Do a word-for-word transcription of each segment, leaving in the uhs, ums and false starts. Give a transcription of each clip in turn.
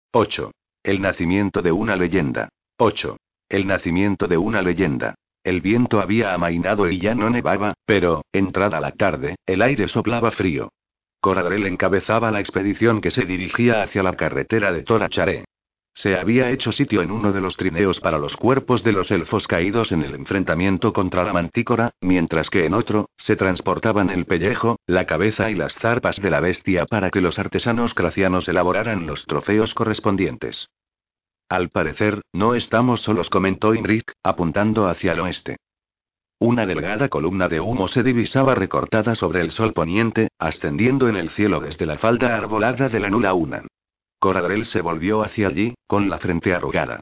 ocho. El nacimiento de una leyenda. ocho. El nacimiento de una leyenda. El viento había amainado y ya no nevaba, pero, entrada la tarde, el aire soplaba frío. Coradrel encabezaba la expedición que se dirigía hacia la carretera de Toracharé. Se había hecho sitio en uno de los trineos para los cuerpos de los elfos caídos en el enfrentamiento contra la mantícora, mientras que en otro, se transportaban el pellejo, la cabeza y las zarpas de la bestia para que los artesanos cracianos elaboraran los trofeos correspondientes. Al parecer, no estamos solos, comentó Imrik, apuntando hacia el oeste. Una delgada columna de humo se divisaba recortada sobre el sol poniente, ascendiendo en el cielo desde la falda arbolada de la Nula Unan. Coradrel se volvió hacia allí, con la frente arrugada.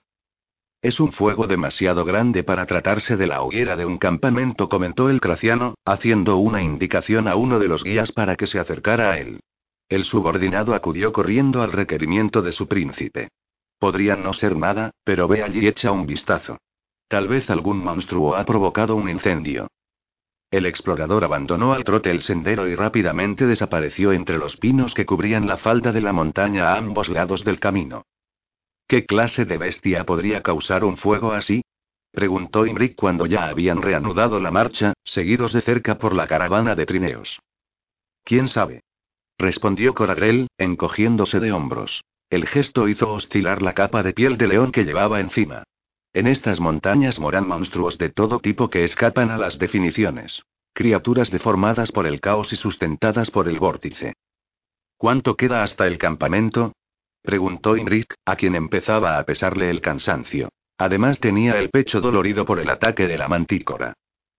Es un fuego demasiado grande para tratarse de la hoguera de un campamento, comentó el craciano, haciendo una indicación a uno de los guías para que se acercara a él. El subordinado acudió corriendo al requerimiento de su príncipe. Podría no ser nada, pero ve allí y echa un vistazo. Tal vez algún monstruo ha provocado un incendio. El explorador abandonó al trote el sendero y rápidamente desapareció entre los pinos que cubrían la falda de la montaña a ambos lados del camino. ¿Qué clase de bestia podría causar un fuego así?, preguntó Imrik cuando ya habían reanudado la marcha, seguidos de cerca por la caravana de trineos. ¿Quién sabe?, respondió Coradrel, encogiéndose de hombros. El gesto hizo oscilar la capa de piel de león que llevaba encima. En estas montañas moran monstruos de todo tipo que escapan a las definiciones. Criaturas deformadas por el caos y sustentadas por el vórtice. ¿Cuánto queda hasta el campamento?, preguntó Imrik, a quien empezaba a pesarle el cansancio. Además tenía el pecho dolorido por el ataque de la mantícora.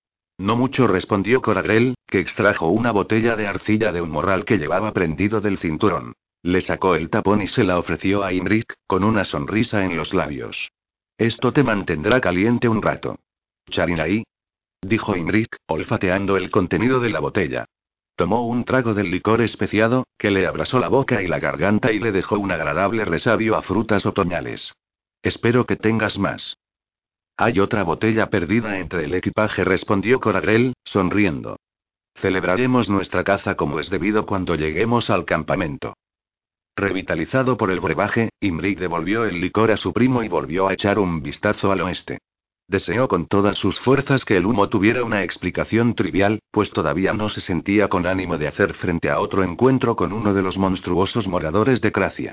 No mucho, respondió Coradrel, que extrajo una botella de arcilla de un morral que llevaba prendido del cinturón. Le sacó el tapón y se la ofreció a Imrik, con una sonrisa en los labios. Esto te mantendrá caliente un rato. Charinai, dijo Imrik, olfateando el contenido de la botella. Tomó un trago del licor especiado, que le abrasó la boca y la garganta y le dejó un agradable resabio a frutas otoñales. Espero que tengas más. Hay otra botella perdida entre el equipaje, respondió Coradrel, sonriendo. Celebraremos nuestra caza como es debido cuando lleguemos al campamento. Revitalizado por el brebaje, Imrik devolvió el licor a su primo y volvió a echar un vistazo al oeste. Deseó con todas sus fuerzas que el humo tuviera una explicación trivial, pues todavía no se sentía con ánimo de hacer frente a otro encuentro con uno de los monstruosos moradores de Cracia.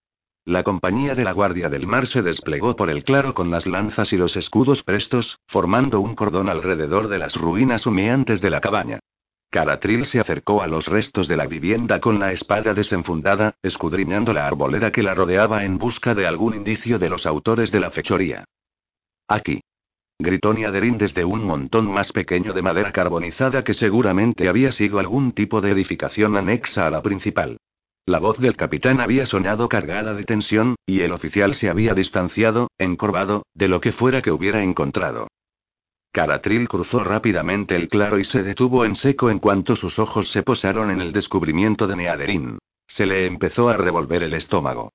La compañía de la Guardia del Mar se desplegó por el claro con las lanzas y los escudos prestos, formando un cordón alrededor de las ruinas humeantes de la cabaña. Caratril se acercó a los restos de la vivienda con la espada desenfundada, escudriñando la arboleda que la rodeaba en busca de algún indicio de los autores de la fechoría. Aquí, gritó Niaderin desde un montón más pequeño de madera carbonizada que seguramente había sido algún tipo de edificación anexa a la principal. La voz del capitán había sonado cargada de tensión, y el oficial se había distanciado, encorvado, de lo que fuera que hubiera encontrado. Caratril cruzó rápidamente el claro y se detuvo en seco en cuanto sus ojos se posaron en el descubrimiento de Niaderin. Se le empezó a revolver el estómago.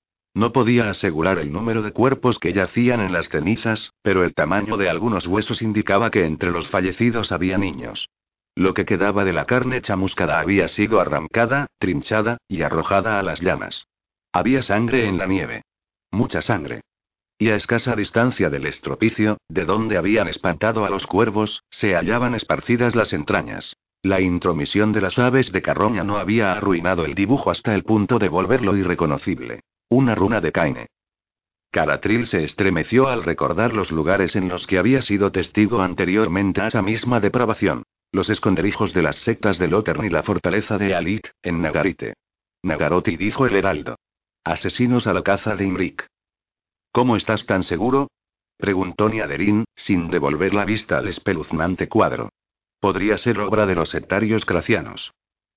No podía asegurar el número de cuerpos que yacían en las cenizas, pero el tamaño de algunos huesos indicaba que entre los fallecidos había niños. Lo que quedaba de la carne chamuscada había sido arrancada, trinchada, y arrojada a las llamas. Había sangre en la nieve. Mucha sangre. Y a escasa distancia del estropicio, de donde habían espantado a los cuervos, se hallaban esparcidas las entrañas. La intromisión de las aves de carroña no había arruinado el dibujo hasta el punto de volverlo irreconocible. Una runa de Caine. Caratril se estremeció al recordar los lugares en los que había sido testigo anteriormente a esa misma depravación. Los esconderijos de las sectas de Lotern y la fortaleza de Alit, en Nagarite. Nagaroti, dijo el heraldo. Asesinos a la caza de Imrik. ¿Cómo estás tan seguro?, preguntó Niaderin, sin devolver la vista al espeluznante cuadro. Podría ser obra de los sectarios cracianos.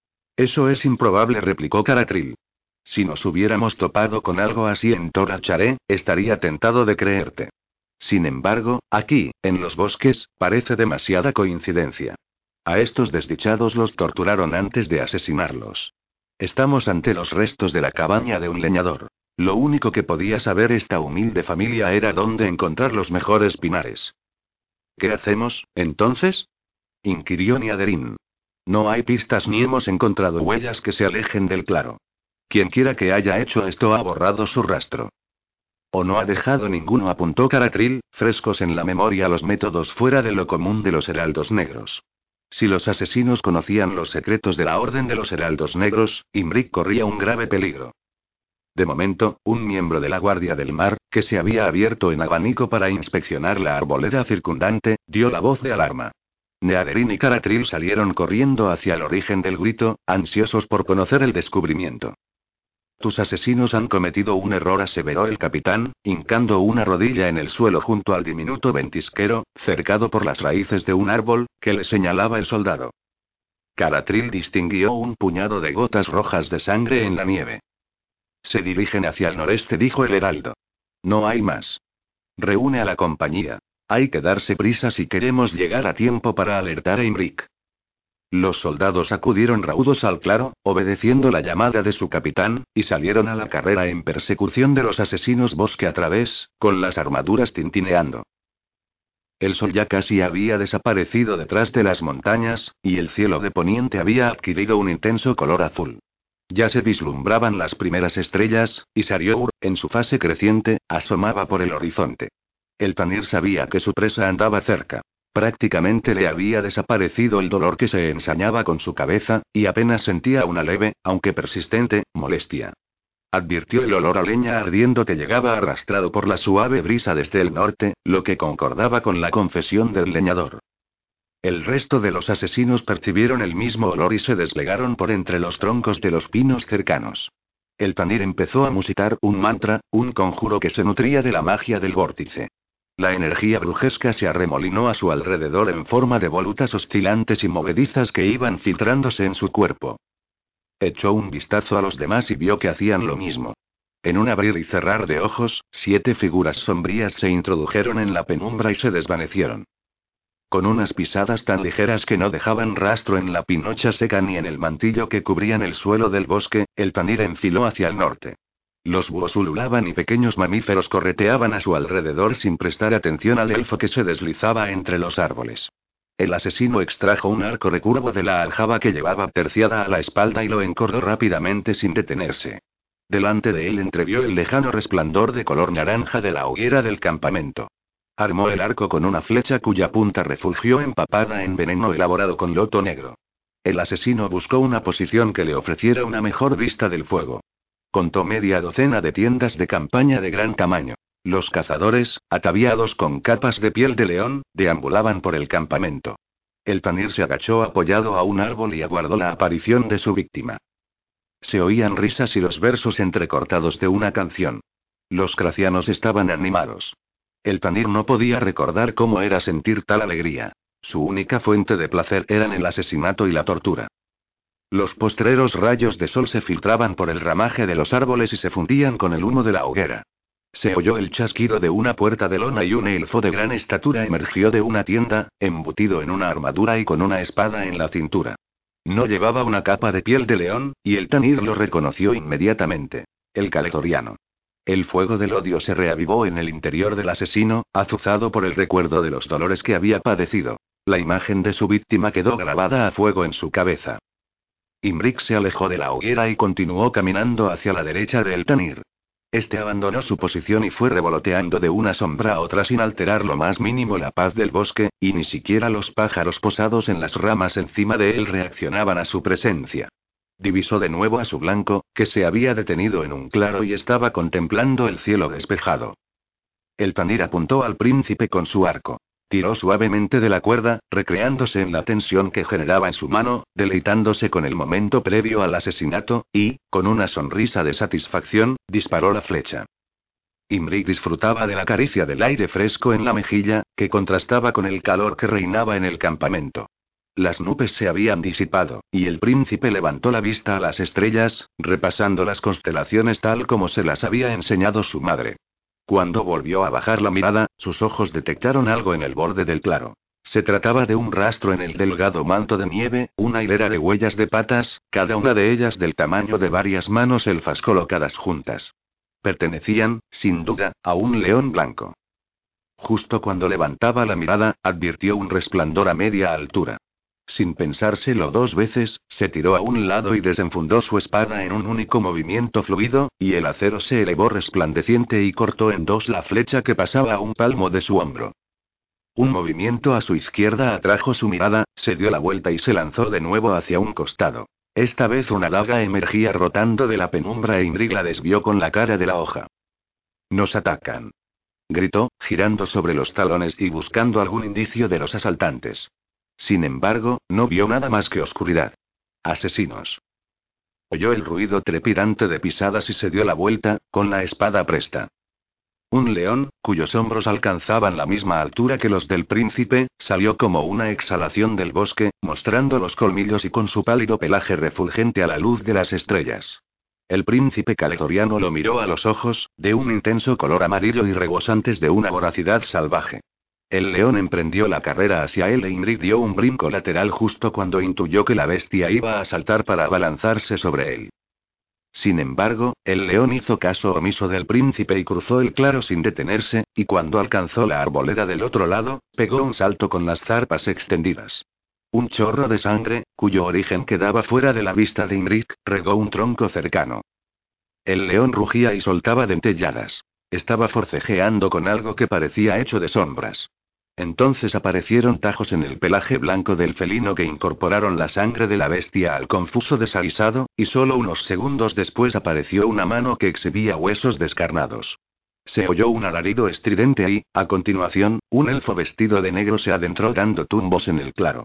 Eso es improbable, replicó Caratril. Si nos hubiéramos topado con algo así en Toracharé, estaría tentado de creerte. Sin embargo, aquí, en los bosques, parece demasiada coincidencia. A estos desdichados los torturaron antes de asesinarlos. Estamos ante los restos de la cabaña de un leñador. Lo único que podía saber esta humilde familia era dónde encontrar los mejores pinares. ¿Qué hacemos, entonces?, inquirió Niaderin. No hay pistas ni hemos encontrado huellas que se alejen del claro. Quienquiera que haya hecho esto ha borrado su rastro. O no ha dejado ninguno, apuntó Caratril, frescos en la memoria los métodos fuera de lo común de los heraldos negros. Si los asesinos conocían los secretos de la Orden de los Heraldos Negros, Imric corría un grave peligro. De momento, un miembro de la Guardia del Mar, que se había abierto en abanico para inspeccionar la arboleda circundante, dio la voz de alarma. Neaderin y Caratril salieron corriendo hacia el origen del grito, ansiosos por conocer el descubrimiento. Tus asesinos han cometido un error, aseveró el capitán, hincando una rodilla en el suelo junto al diminuto ventisquero, cercado por las raíces de un árbol, que le señalaba el soldado. Caratril distinguió un puñado de gotas rojas de sangre en la nieve. Se dirigen hacia el noreste, dijo el heraldo. No hay más. Reúne a la compañía. Hay que darse prisa si queremos llegar a tiempo para alertar a Imric. Los soldados acudieron raudos al claro, obedeciendo la llamada de su capitán, y salieron a la carrera en persecución de los asesinos bosque a través, con las armaduras tintineando. El sol ya casi había desaparecido detrás de las montañas, y el cielo de poniente había adquirido un intenso color azul. Ya se vislumbraban las primeras estrellas, y Sariour, en su fase creciente, asomaba por el horizonte. El Tanir sabía que su presa andaba cerca. Prácticamente le había desaparecido el dolor que se ensañaba con su cabeza, y apenas sentía una leve, aunque persistente, molestia. Advirtió el olor a leña ardiendo que llegaba arrastrado por la suave brisa desde el norte, lo que concordaba con la confesión del leñador. El resto de los asesinos percibieron el mismo olor y se desplegaron por entre los troncos de los pinos cercanos. El Tanir empezó a musitar un mantra, un conjuro que se nutría de la magia del vórtice. La energía brujesca se arremolinó a su alrededor en forma de volutas oscilantes y movedizas que iban filtrándose en su cuerpo. Echó un vistazo a los demás y vio que hacían lo mismo. En un abrir y cerrar de ojos, siete figuras sombrías se introdujeron en la penumbra y se desvanecieron. Con unas pisadas tan ligeras que no dejaban rastro en la pinocha seca ni en el mantillo que cubrían el suelo del bosque, el Tanir enfiló hacia el norte. Los búhos ululaban y pequeños mamíferos correteaban a su alrededor sin prestar atención al elfo que se deslizaba entre los árboles. El asesino extrajo un arco recurvo de la aljaba que llevaba terciada a la espalda y lo encordó rápidamente sin detenerse. Delante de él entrevió el lejano resplandor de color naranja de la hoguera del campamento. Armó el arco con una flecha cuya punta refugió empapada en veneno elaborado con loto negro. El asesino buscó una posición que le ofreciera una mejor vista del fuego. Contó media docena de tiendas de campaña de gran tamaño. Los cazadores, ataviados con capas de piel de león, deambulaban por el campamento. El Tanir se agachó apoyado a un árbol y aguardó la aparición de su víctima. Se oían risas y los versos entrecortados de una canción. Los cracianos estaban animados. El Tanir no podía recordar cómo era sentir tal alegría. Su única fuente de placer eran el asesinato y la tortura. Los postreros rayos de sol se filtraban por el ramaje de los árboles y se fundían con el humo de la hoguera. Se oyó el chasquido de una puerta de lona y un elfo de gran estatura emergió de una tienda, embutido en una armadura y con una espada en la cintura. No llevaba una capa de piel de león, y el Tanir lo reconoció inmediatamente. El Caletoriano. El fuego del odio se reavivó en el interior del asesino, azuzado por el recuerdo de los dolores que había padecido. La imagen de su víctima quedó grabada a fuego en su cabeza. Imric se alejó de la hoguera y continuó caminando hacia la derecha del Tanir. Este abandonó su posición y fue revoloteando de una sombra a otra sin alterar lo más mínimo la paz del bosque, y ni siquiera los pájaros posados en las ramas encima de él reaccionaban a su presencia. Divisó de nuevo a su blanco, que se había detenido en un claro y estaba contemplando el cielo despejado. El Tanir apuntó al príncipe con su arco. Tiró suavemente de la cuerda, recreándose en la tensión que generaba en su mano, deleitándose con el momento previo al asesinato, y, con una sonrisa de satisfacción, disparó la flecha. Imric disfrutaba de la caricia del aire fresco en la mejilla, que contrastaba con el calor que reinaba en el campamento. Las nubes se habían disipado, y el príncipe levantó la vista a las estrellas, repasando las constelaciones tal como se las había enseñado su madre. Cuando volvió a bajar la mirada, sus ojos detectaron algo en el borde del claro. Se trataba de un rastro en el delgado manto de nieve, una hilera de huellas de patas, cada una de ellas del tamaño de varias manos elfas colocadas juntas. Pertenecían, sin duda, a un león blanco. Justo cuando levantaba la mirada, advirtió un resplandor a media altura. Sin pensárselo dos veces, se tiró a un lado y desenfundó su espada en un único movimiento fluido, y el acero se elevó resplandeciente y cortó en dos la flecha que pasaba a un palmo de su hombro. Un movimiento a su izquierda atrajo su mirada, se dio la vuelta y se lanzó de nuevo hacia un costado. Esta vez una daga emergía rotando de la penumbra e Imrik la desvió con la cara de la hoja. «Nos atacan», gritó, girando sobre los talones y buscando algún indicio de los asaltantes. Sin embargo, no vio nada más que oscuridad. «Asesinos». Oyó el ruido trepidante de pisadas y se dio la vuelta, con la espada presta. Un león, cuyos hombros alcanzaban la misma altura que los del príncipe, salió como una exhalación del bosque, mostrando los colmillos y con su pálido pelaje refulgente a la luz de las estrellas. El príncipe caledoriano lo miró a los ojos, de un intenso color amarillo y rebosantes de una voracidad salvaje. El león emprendió la carrera hacia él e Imrik dio un brinco lateral justo cuando intuyó que la bestia iba a saltar para abalanzarse sobre él. Sin embargo, el león hizo caso omiso del príncipe y cruzó el claro sin detenerse, y cuando alcanzó la arboleda del otro lado, pegó un salto con las zarpas extendidas. Un chorro de sangre, cuyo origen quedaba fuera de la vista de Imrik, regó un tronco cercano. El león rugía y soltaba dentelladas. Estaba forcejeando con algo que parecía hecho de sombras. Entonces aparecieron tajos en el pelaje blanco del felino que incorporaron la sangre de la bestia al confuso desaguisado, y solo unos segundos después apareció una mano que exhibía huesos descarnados. Se oyó un alarido estridente y, a continuación, un elfo vestido de negro se adentró dando tumbos en el claro.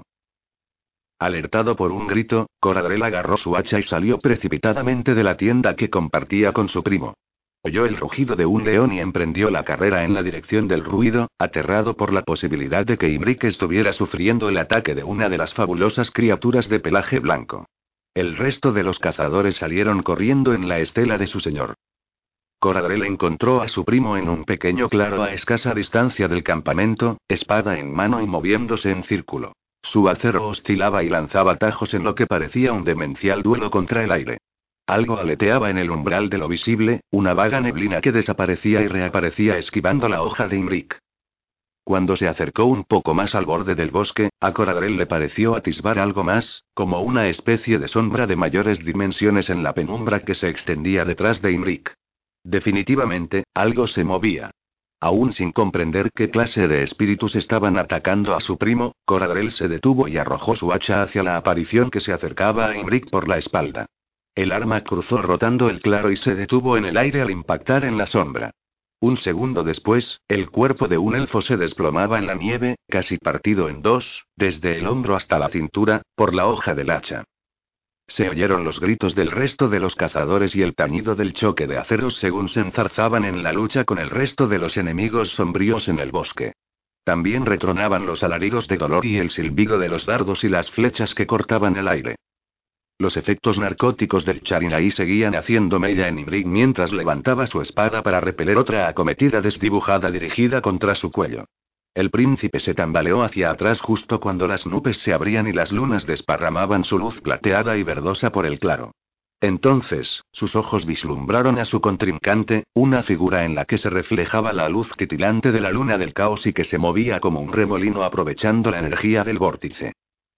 Alertado por un grito, Coradrel agarró su hacha y salió precipitadamente de la tienda que compartía con su primo. Oyó el rugido de un león y emprendió la carrera en la dirección del ruido, aterrado por la posibilidad de que Imrik estuviera sufriendo el ataque de una de las fabulosas criaturas de pelaje blanco. El resto de los cazadores salieron corriendo en la estela de su señor. Coradrel encontró a su primo en un pequeño claro a escasa distancia del campamento, espada en mano y moviéndose en círculo. Su acero oscilaba y lanzaba tajos en lo que parecía un demencial duelo contra el aire. Algo aleteaba en el umbral de lo visible, una vaga neblina que desaparecía y reaparecía esquivando la hoja de Imrik. Cuando se acercó un poco más al borde del bosque, a Coradrel le pareció atisbar algo más, como una especie de sombra de mayores dimensiones en la penumbra que se extendía detrás de Imrik. Definitivamente, algo se movía. Aún sin comprender qué clase de espíritus estaban atacando a su primo, Coradrel se detuvo y arrojó su hacha hacia la aparición que se acercaba a Imrik por la espalda. El arma cruzó rotando el claro y se detuvo en el aire al impactar en la sombra. Un segundo después, el cuerpo de un elfo se desplomaba en la nieve, casi partido en dos, desde el hombro hasta la cintura, por la hoja del hacha. Se oyeron los gritos del resto de los cazadores y el tañido del choque de aceros según se enzarzaban en la lucha con el resto de los enemigos sombríos en el bosque. También retronaban los alaridos de dolor y el silbido de los dardos y las flechas que cortaban el aire. Los efectos narcóticos del Charinaí seguían haciendo mella en Imrik mientras levantaba su espada para repeler otra acometida desdibujada dirigida contra su cuello. El príncipe se tambaleó hacia atrás justo cuando las nubes se abrían y las lunas desparramaban su luz plateada y verdosa por el claro. Entonces, sus ojos vislumbraron a su contrincante, una figura en la que se reflejaba la luz titilante de la luna del caos y que se movía como un remolino aprovechando la energía del vórtice.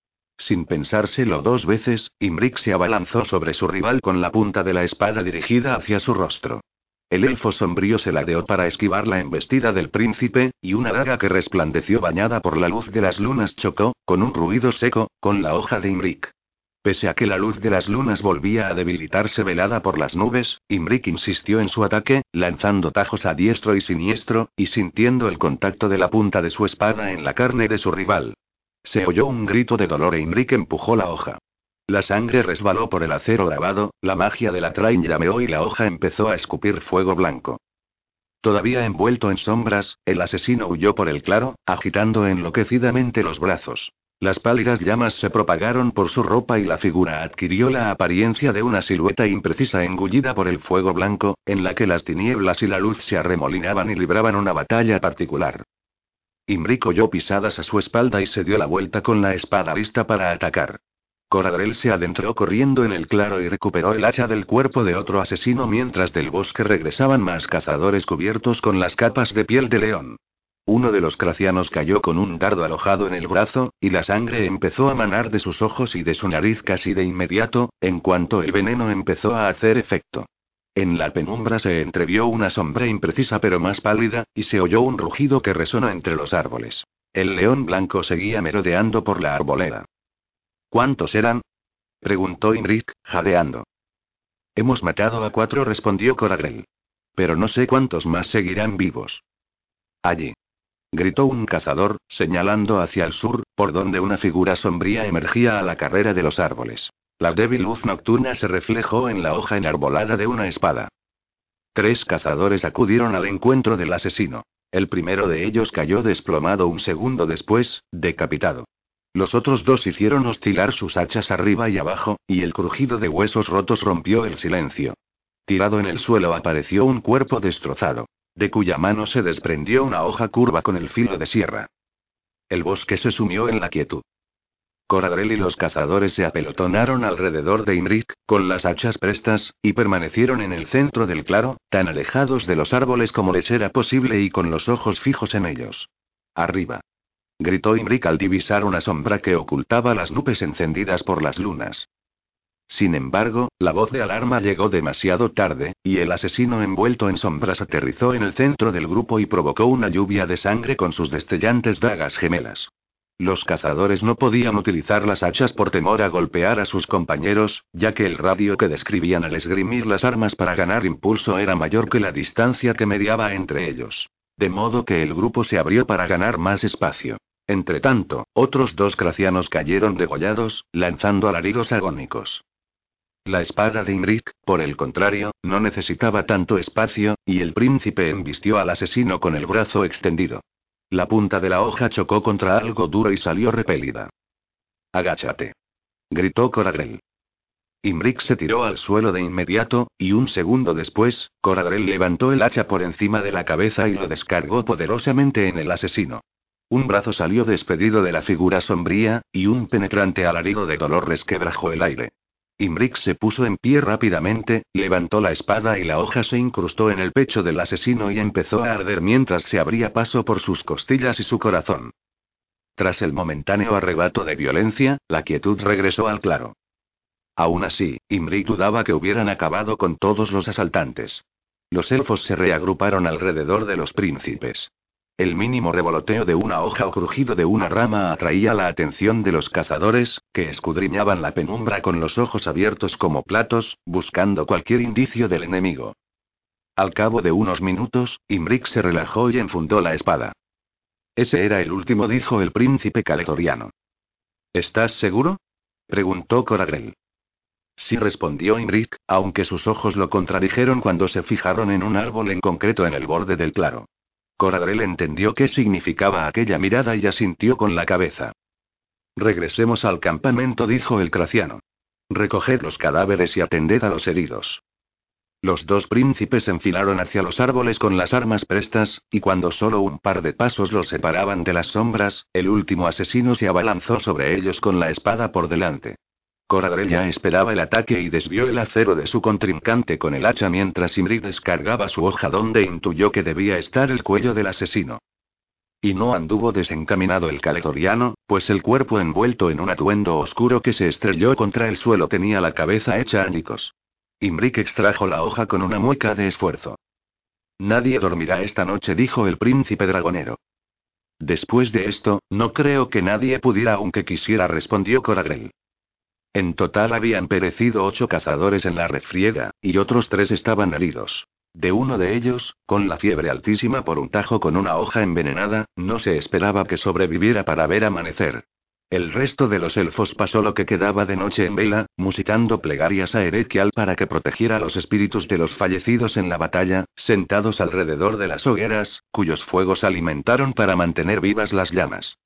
Sin pensárselo dos veces, Imrik se abalanzó sobre su rival con la punta de la espada dirigida hacia su rostro. El elfo sombrío se ladeó para esquivar la embestida del príncipe, y una daga que resplandeció bañada por la luz de las lunas chocó, con un ruido seco, con la hoja de Imrik. Pese a que la luz de las lunas volvía a debilitarse velada por las nubes, Imrik insistió en su ataque, lanzando tajos a diestro y siniestro, y sintiendo el contacto de la punta de su espada en la carne de su rival. Se oyó un grito de dolor e Imrik empujó la hoja. La sangre resbaló por el acero grabado, la magia de la train llameó y la hoja empezó a escupir fuego blanco. Todavía envuelto en sombras, el asesino huyó por el claro, agitando enloquecidamente los brazos. Las pálidas llamas se propagaron por su ropa y la figura adquirió la apariencia de una silueta imprecisa engullida por el fuego blanco, en la que las tinieblas y la luz se arremolinaban y libraban una batalla particular. Imrik oyó pisadas a su espalda y se dio la vuelta con la espada lista para atacar. Coradrel se adentró corriendo en el claro y recuperó el hacha del cuerpo de otro asesino mientras del bosque regresaban más cazadores cubiertos con las capas de piel de león. Uno de los cracianos cayó con un dardo alojado en el brazo, y la sangre empezó a manar de sus ojos y de su nariz casi de inmediato, en cuanto el veneno empezó a hacer efecto. En la penumbra se entrevió una sombra imprecisa pero más pálida, y se oyó un rugido que resonó entre los árboles. El león blanco seguía merodeando por la arboleda. ¿Cuántos eran?, preguntó Imrik, jadeando. Hemos matado a cuatro, respondió Coragrel. Pero no sé cuántos más seguirán vivos. Allí, gritó un cazador, señalando hacia el sur, por donde una figura sombría emergía a la carrera de los árboles. La débil luz nocturna se reflejó en la hoja enarbolada de una espada. Tres cazadores acudieron al encuentro del asesino. El primero de ellos cayó desplomado un segundo después, decapitado. Los otros dos hicieron oscilar sus hachas arriba y abajo, y el crujido de huesos rotos rompió el silencio. Tirado en el suelo apareció un cuerpo destrozado, de cuya mano se desprendió una hoja curva con el filo de sierra. El bosque se sumió en la quietud. Coragrel y los cazadores se apelotonaron alrededor de Imrik, con las hachas prestas, y permanecieron en el centro del claro, tan alejados de los árboles como les era posible y con los ojos fijos en ellos. Arriba, gritó Imrik al divisar una sombra que ocultaba las nubes encendidas por las lunas. Sin embargo, la voz de alarma llegó demasiado tarde, y el asesino envuelto en sombras aterrizó en el centro del grupo y provocó una lluvia de sangre con sus destellantes dagas gemelas. Los cazadores no podían utilizar las hachas por temor a golpear a sus compañeros, ya que el radio que describían al esgrimir las armas para ganar impulso era mayor que la distancia que mediaba entre ellos. De modo que el grupo se abrió para ganar más espacio. Entretanto, otros dos cracianos cayeron degollados, lanzando alaridos agónicos. La espada de Imrik, por el contrario, no necesitaba tanto espacio, y el príncipe embistió al asesino con el brazo extendido. La punta de la hoja chocó contra algo duro y salió repelida. «Agáchate», gritó Coragrel. Imrik se tiró al suelo de inmediato, y un segundo después, Coragrel levantó el hacha por encima de la cabeza y lo descargó poderosamente en el asesino. Un brazo salió despedido de la figura sombría, y un penetrante alarido de dolor resquebrajó el aire. Imrik se puso en pie rápidamente, levantó la espada y la hoja se incrustó en el pecho del asesino y empezó a arder mientras se abría paso por sus costillas y su corazón. Tras el momentáneo arrebato de violencia, la quietud regresó al claro. Aún así, Imrik dudaba que hubieran acabado con todos los asaltantes. Los elfos se reagruparon alrededor de los príncipes. El mínimo revoloteo de una hoja o crujido de una rama atraía la atención de los cazadores, que escudriñaban la penumbra con los ojos abiertos como platos, buscando cualquier indicio del enemigo. Al cabo de unos minutos, Imrik se relajó y enfundó la espada. Ese era el último, dijo el príncipe caletoriano. ¿Estás seguro?, preguntó Coragrel. Sí, respondió Imrik, aunque sus ojos lo contradijeron cuando se fijaron en un árbol en concreto en el borde del claro. Coragrel entendió qué significaba aquella mirada y asintió con la cabeza. Regresemos al campamento, dijo el craciano. Recoged los cadáveres y atended a los heridos. Los dos príncipes enfilaron hacia los árboles con las armas prestas, y cuando solo un par de pasos los separaban de las sombras, el último asesino se abalanzó sobre ellos con la espada por delante. Coragrel ya esperaba el ataque y desvió el acero de su contrincante con el hacha mientras Imrik descargaba su hoja donde intuyó que debía estar el cuello del asesino. Y no anduvo desencaminado el caletoriano, pues el cuerpo envuelto en un atuendo oscuro que se estrelló contra el suelo tenía la cabeza hecha añicos. Imrik extrajo la hoja con una mueca de esfuerzo. Nadie dormirá esta noche, dijo el príncipe dragonero. Después de esto, no creo que nadie pudiera aunque quisiera, respondió Coragrel. En total habían perecido ocho cazadores en la refriega, y otros tres estaban heridos. De uno de ellos, con la fiebre altísima por un tajo con una hoja envenenada, no se esperaba que sobreviviera para ver amanecer. El resto de los elfos pasó lo que quedaba de noche en vela, musitando plegarias a Erekial para que protegiera los espíritus de los fallecidos en la batalla, sentados alrededor de las hogueras, cuyos fuegos alimentaron para mantener vivas las llamas.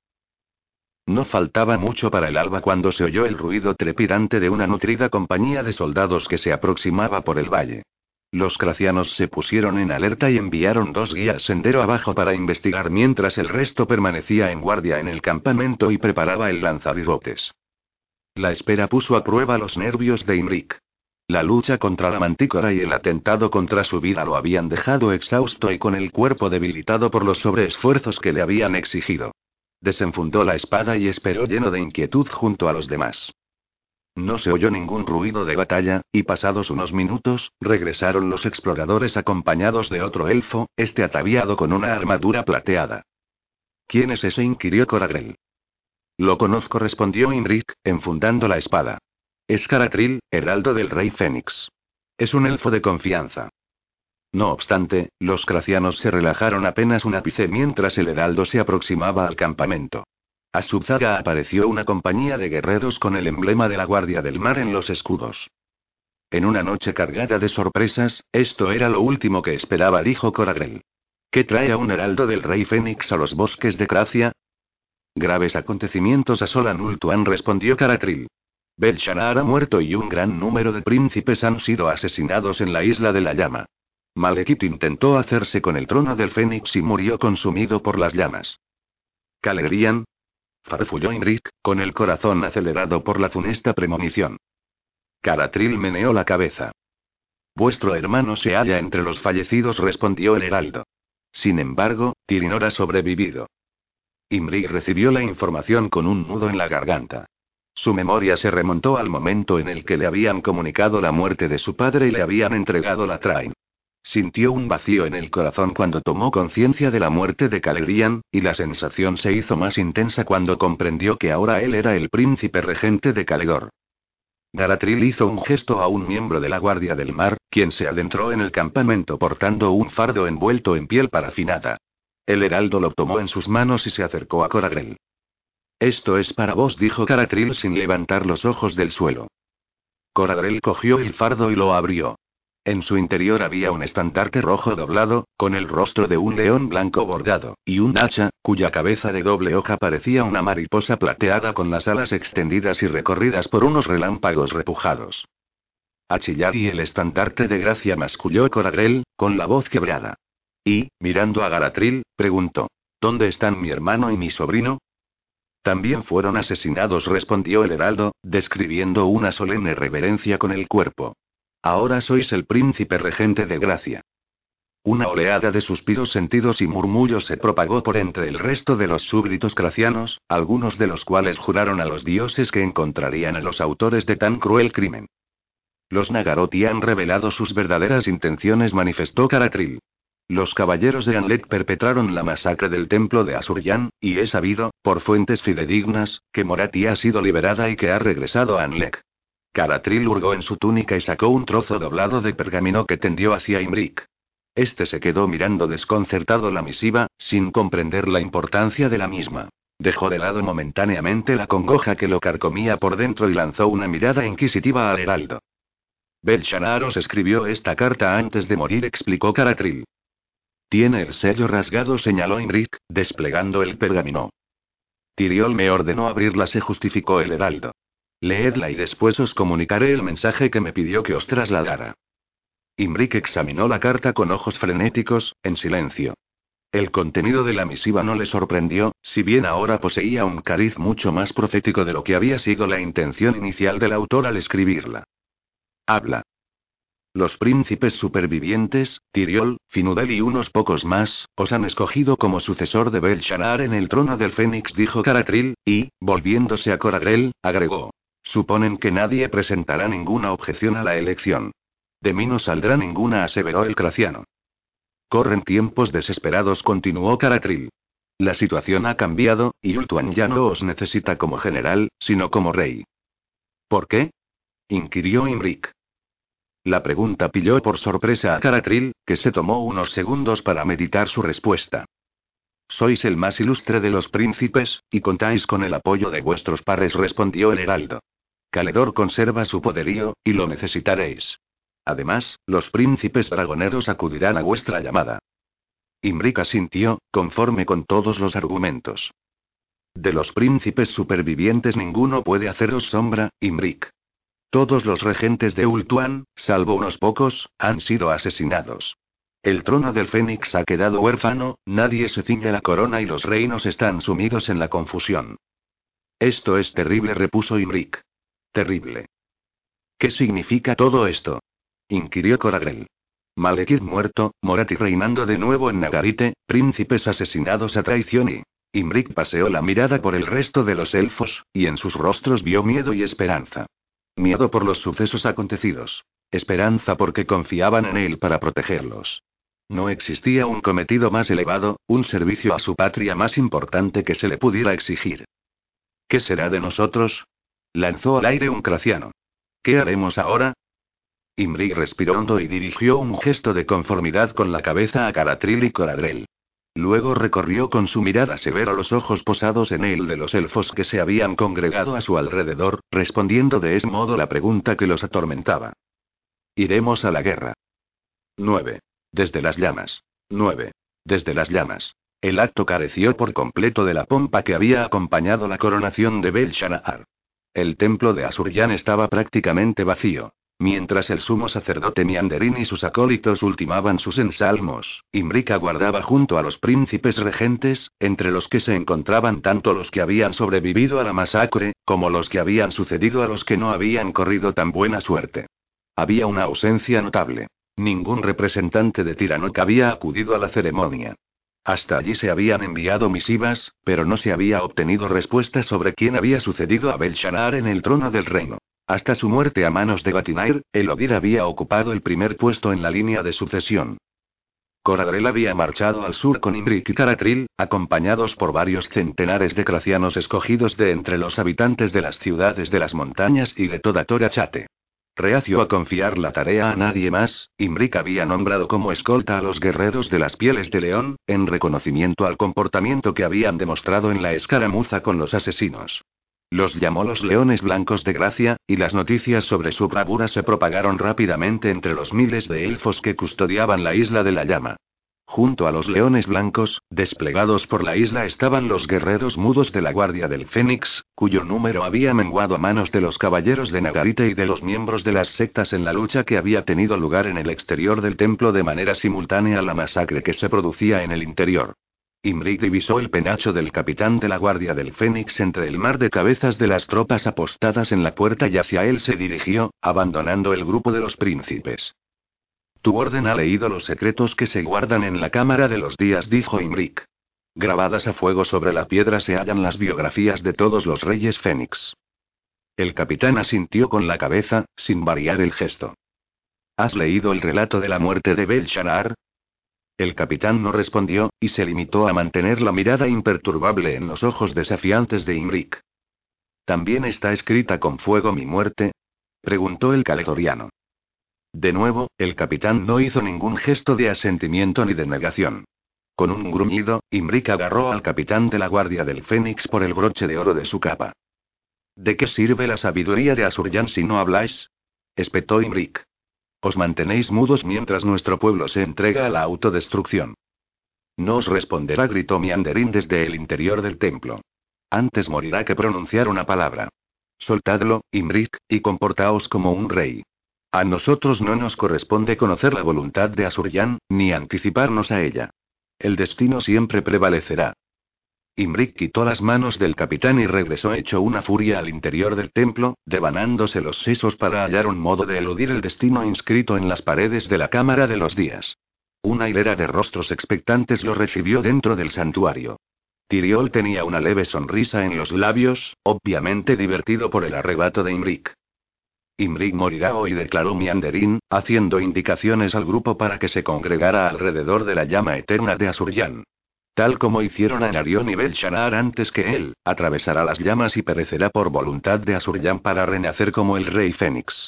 No faltaba mucho para el alba cuando se oyó el ruido trepidante de una nutrida compañía de soldados que se aproximaba por el valle. Los cracianos se pusieron en alerta y enviaron dos guías sendero abajo para investigar mientras el resto permanecía en guardia en el campamento y preparaba el lanzabigotes. La espera puso a prueba los nervios de Imrik. La lucha contra la mantícora y el atentado contra su vida lo habían dejado exhausto y con el cuerpo debilitado por los sobreesfuerzos que le habían exigido. Desenfundó la espada y esperó lleno de inquietud junto a los demás. No se oyó ningún ruido de batalla, y pasados unos minutos, regresaron los exploradores acompañados de otro elfo, este ataviado con una armadura plateada. ¿Quién es ese?, inquirió Coragrel. Lo conozco, respondió Imrik, enfundando la espada. Es Caratril, heraldo del rey Fénix. Es un elfo de confianza. No obstante, los cracianos se relajaron apenas un ápice mientras el heraldo se aproximaba al campamento. A su zaga apareció una compañía de guerreros con el emblema de la Guardia del Mar en los escudos. En una noche cargada de sorpresas, esto era lo último que esperaba, dijo Coragrel. ¿Qué trae a un heraldo del rey Fénix a los bosques de Cracia? Graves acontecimientos asolan Ultuan, respondió Caratril. Belshazzar ha muerto y un gran número de príncipes han sido asesinados en la isla de la llama. Malekith intentó hacerse con el trono del Fénix y murió consumido por las llamas. ¿Calerian? Farfulló Imrik, con el corazón acelerado por la funesta premonición. Caratril meneó la cabeza. Vuestro hermano se halla entre los fallecidos, respondió el heraldo. Sin embargo, Tirinor ha sobrevivido. Imrik recibió la información con un nudo en la garganta. Su memoria se remontó al momento en el que le habían comunicado la muerte de su padre y le habían entregado la Train. Sintió un vacío en el corazón cuando tomó conciencia de la muerte de Calerian, y la sensación se hizo más intensa cuando comprendió que ahora él era el príncipe regente de Caledor. Caratril hizo un gesto a un miembro de la Guardia del Mar, quien se adentró en el campamento portando un fardo envuelto en piel parafinada. El heraldo lo tomó en sus manos y se acercó a Coragrel. Esto es para vos, dijo Caratril sin levantar los ojos del suelo. Coragrel cogió el fardo y lo abrió. En su interior había un estandarte rojo doblado, con el rostro de un león blanco bordado, y un hacha, cuya cabeza de doble hoja parecía una mariposa plateada con las alas extendidas y recorridas por unos relámpagos repujados. A chillar y el estandarte de gracia, masculló Coragrel, con la voz quebrada. Y, mirando a Caratril, preguntó: ¿Dónde están mi hermano y mi sobrino? También fueron asesinados, respondió el heraldo, describiendo una solemne reverencia con el cuerpo. Ahora sois el príncipe regente de Gracia. Una oleada de suspiros sentidos y murmullos se propagó por entre el resto de los súbditos cracianos, algunos de los cuales juraron a los dioses que encontrarían a los autores de tan cruel crimen. Los Nagarothi han revelado sus verdaderas intenciones, manifestó Caratril. Los caballeros de Anlek perpetraron la masacre del templo de Asuryan, y he sabido, por fuentes fidedignas, que Morathi ha sido liberada y que ha regresado a Anlek. Caratril hurgó en su túnica y sacó un trozo doblado de pergamino que tendió hacia Imrik. Este se quedó mirando desconcertado la misiva, sin comprender la importancia de la misma. Dejó de lado momentáneamente la congoja que lo carcomía por dentro y lanzó una mirada inquisitiva al heraldo. Belshazzar os escribió esta carta antes de morir, explicó Caratril. Tiene el sello rasgado, señaló Imrik, desplegando el pergamino. Tiriol me ordenó abrirla, se justificó el heraldo. Leedla y después os comunicaré el mensaje que me pidió que os trasladara. Imrik examinó la carta con ojos frenéticos, en silencio. El contenido de la misiva no le sorprendió, si bien ahora poseía un cariz mucho más profético de lo que había sido la intención inicial del autor al escribirla. Habla. Los príncipes supervivientes, Tiriol, Finudel y unos pocos más, os han escogido como sucesor de Belshazzar en el trono del Fénix, dijo Caratril, y, volviéndose a Coragrel, agregó. Suponen que nadie presentará ninguna objeción a la elección. De mí no saldrá ninguna, aseveró el craciano. Corren tiempos desesperados, continuó Caratril. La situación ha cambiado, y Ultuan ya no os necesita como general, sino como rey. ¿Por qué? Inquirió Imrik. La pregunta pilló por sorpresa a Caratril, que se tomó unos segundos para meditar su respuesta. Sois el más ilustre de los príncipes, y contáis con el apoyo de vuestros pares, respondió el heraldo. Caledor conserva su poderío, y lo necesitaréis. Además, los príncipes dragoneros acudirán a vuestra llamada. Imrik asintió, conforme con todos los argumentos. De los príncipes supervivientes ninguno puede haceros sombra, Imrik. Todos los regentes de Ultuan, salvo unos pocos, han sido asesinados. El trono del Fénix ha quedado huérfano, nadie se ciñe la corona y los reinos están sumidos en la confusión. Esto es terrible, repuso Imrik. Terrible. ¿Qué significa todo esto? Inquirió Coragrel. Malekith muerto, Morathi reinando de nuevo en Nagarite, príncipes asesinados a traición y... Imrik paseó la mirada por el resto de los elfos, y en sus rostros vio miedo y esperanza. Miedo por los sucesos acontecidos. Esperanza porque confiaban en él para protegerlos. No existía un cometido más elevado, un servicio a su patria más importante que se le pudiera exigir. ¿Qué será de nosotros? Lanzó al aire un craciano. ¿Qué haremos ahora? Imrik respiró hondo y dirigió un gesto de conformidad con la cabeza a Caratril y Coradrel. Luego recorrió con su mirada severa los ojos posados en él de los elfos que se habían congregado a su alrededor, respondiendo de ese modo la pregunta que los atormentaba. Iremos a la guerra. nueve. Desde las llamas. nueve. Desde las llamas. El acto careció por completo de la pompa que había acompañado la coronación de Bel-Shanaar. El templo de Asuryan estaba prácticamente vacío. Mientras el sumo sacerdote Mianderin y sus acólitos ultimaban sus ensalmos, Imrik aguardaba junto a los príncipes regentes, entre los que se encontraban tanto los que habían sobrevivido a la masacre, como los que habían sucedido a los que no habían corrido tan buena suerte. Había una ausencia notable. Ningún representante de Tiranoc había acudido a la ceremonia. Hasta allí se habían enviado misivas, pero no se había obtenido respuesta sobre quién había sucedido a Bel-Shanaar en el trono del reino. Hasta su muerte a manos de Gatinair, el Odir había ocupado el primer puesto en la línea de sucesión. Coradrel había marchado al sur con Imrik y Caratril, acompañados por varios centenares de cracianos escogidos de entre los habitantes de las ciudades de las montañas y de toda Torachate. Reacio a confiar la tarea a nadie más, Imrik había nombrado como escolta a los guerreros de las pieles de león, en reconocimiento al comportamiento que habían demostrado en la escaramuza con los asesinos. Los llamó los Leones Blancos de Gracia, y las noticias sobre su bravura se propagaron rápidamente entre los miles de elfos que custodiaban la isla de la llama. Junto a los Leones Blancos, desplegados por la isla estaban los guerreros mudos de la Guardia del Fénix, cuyo número había menguado a manos de los caballeros de Nagarite y de los miembros de las sectas en la lucha que había tenido lugar en el exterior del templo de manera simultánea a la masacre que se producía en el interior. Imrik divisó el penacho del capitán de la Guardia del Fénix entre el mar de cabezas de las tropas apostadas en la puerta y hacia él se dirigió, abandonando el grupo de los príncipes. Tu orden ha leído los secretos que se guardan en la Cámara de los Días, dijo Imrik. Grabadas a fuego sobre la piedra se hallan las biografías de todos los reyes Fénix. El capitán asintió con la cabeza, sin variar el gesto. ¿Has leído el relato de la muerte de Bel-Shanaar? El capitán no respondió, y se limitó a mantener la mirada imperturbable en los ojos desafiantes de Imrik. ¿También está escrita con fuego mi muerte? Preguntó el caledoriano. De nuevo, el capitán no hizo ningún gesto de asentimiento ni de negación. Con un gruñido, Imrik agarró al capitán de la Guardia del Fénix por el broche de oro de su capa. ¿De qué sirve la sabiduría de Asuryan si no habláis? Espetó Imrik. Os mantenéis mudos mientras nuestro pueblo se entrega a la autodestrucción. No os responderá, gritó Mianderin desde el interior del templo. Antes morirá que pronunciar una palabra. Soltadlo, Imrik, y comportaos como un rey. A nosotros no nos corresponde conocer la voluntad de Asuryan, ni anticiparnos a ella. El destino siempre prevalecerá. Imrik quitó las manos del capitán y regresó hecho una furia al interior del templo, devanándose los sesos para hallar un modo de eludir el destino inscrito en las paredes de la Cámara de los Días. Una hilera de rostros expectantes lo recibió dentro del santuario. Tyriol tenía una leve sonrisa en los labios, obviamente divertido por el arrebato de Imrik. Imrik morirá hoy, declaró Mianderin, haciendo indicaciones al grupo para que se congregara alrededor de la llama eterna de Asuryan. Tal como hicieron a Narion y Bel-Shanaar antes que él, atravesará las llamas y perecerá por voluntad de Asuryan para renacer como el rey Fénix.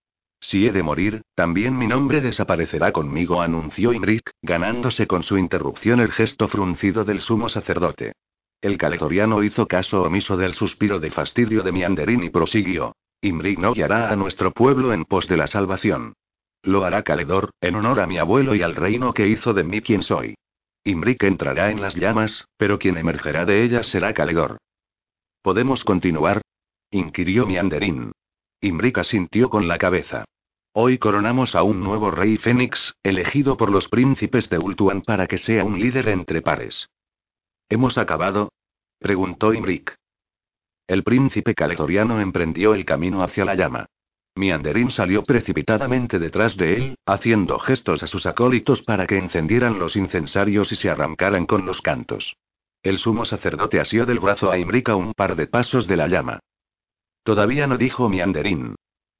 Si he de morir, también mi nombre desaparecerá conmigo, anunció Imrik, ganándose con su interrupción el gesto fruncido del sumo sacerdote. El caledoriano hizo caso omiso del suspiro de fastidio de Mianderin y prosiguió. Imrik no guiará a nuestro pueblo en pos de la salvación. Lo hará Caledor, en honor a mi abuelo y al reino que hizo de mí quien soy. Imrik entrará en las llamas, pero quien emergerá de ellas será Caledor. ¿Podemos continuar?, inquirió Mianderin. Imrik asintió con la cabeza. Hoy coronamos a un nuevo rey Fénix, elegido por los príncipes de Ultuan para que sea un líder entre pares. ¿Hemos acabado?, preguntó Imrik. El príncipe caledoriano emprendió el camino hacia la llama. Mianderin salió precipitadamente detrás de él, haciendo gestos a sus acólitos para que encendieran los incensarios y se arrancaran con los cantos. El sumo sacerdote asió del brazo a Imrik a un par de pasos de la llama. Todavía no, dijo Mianderin.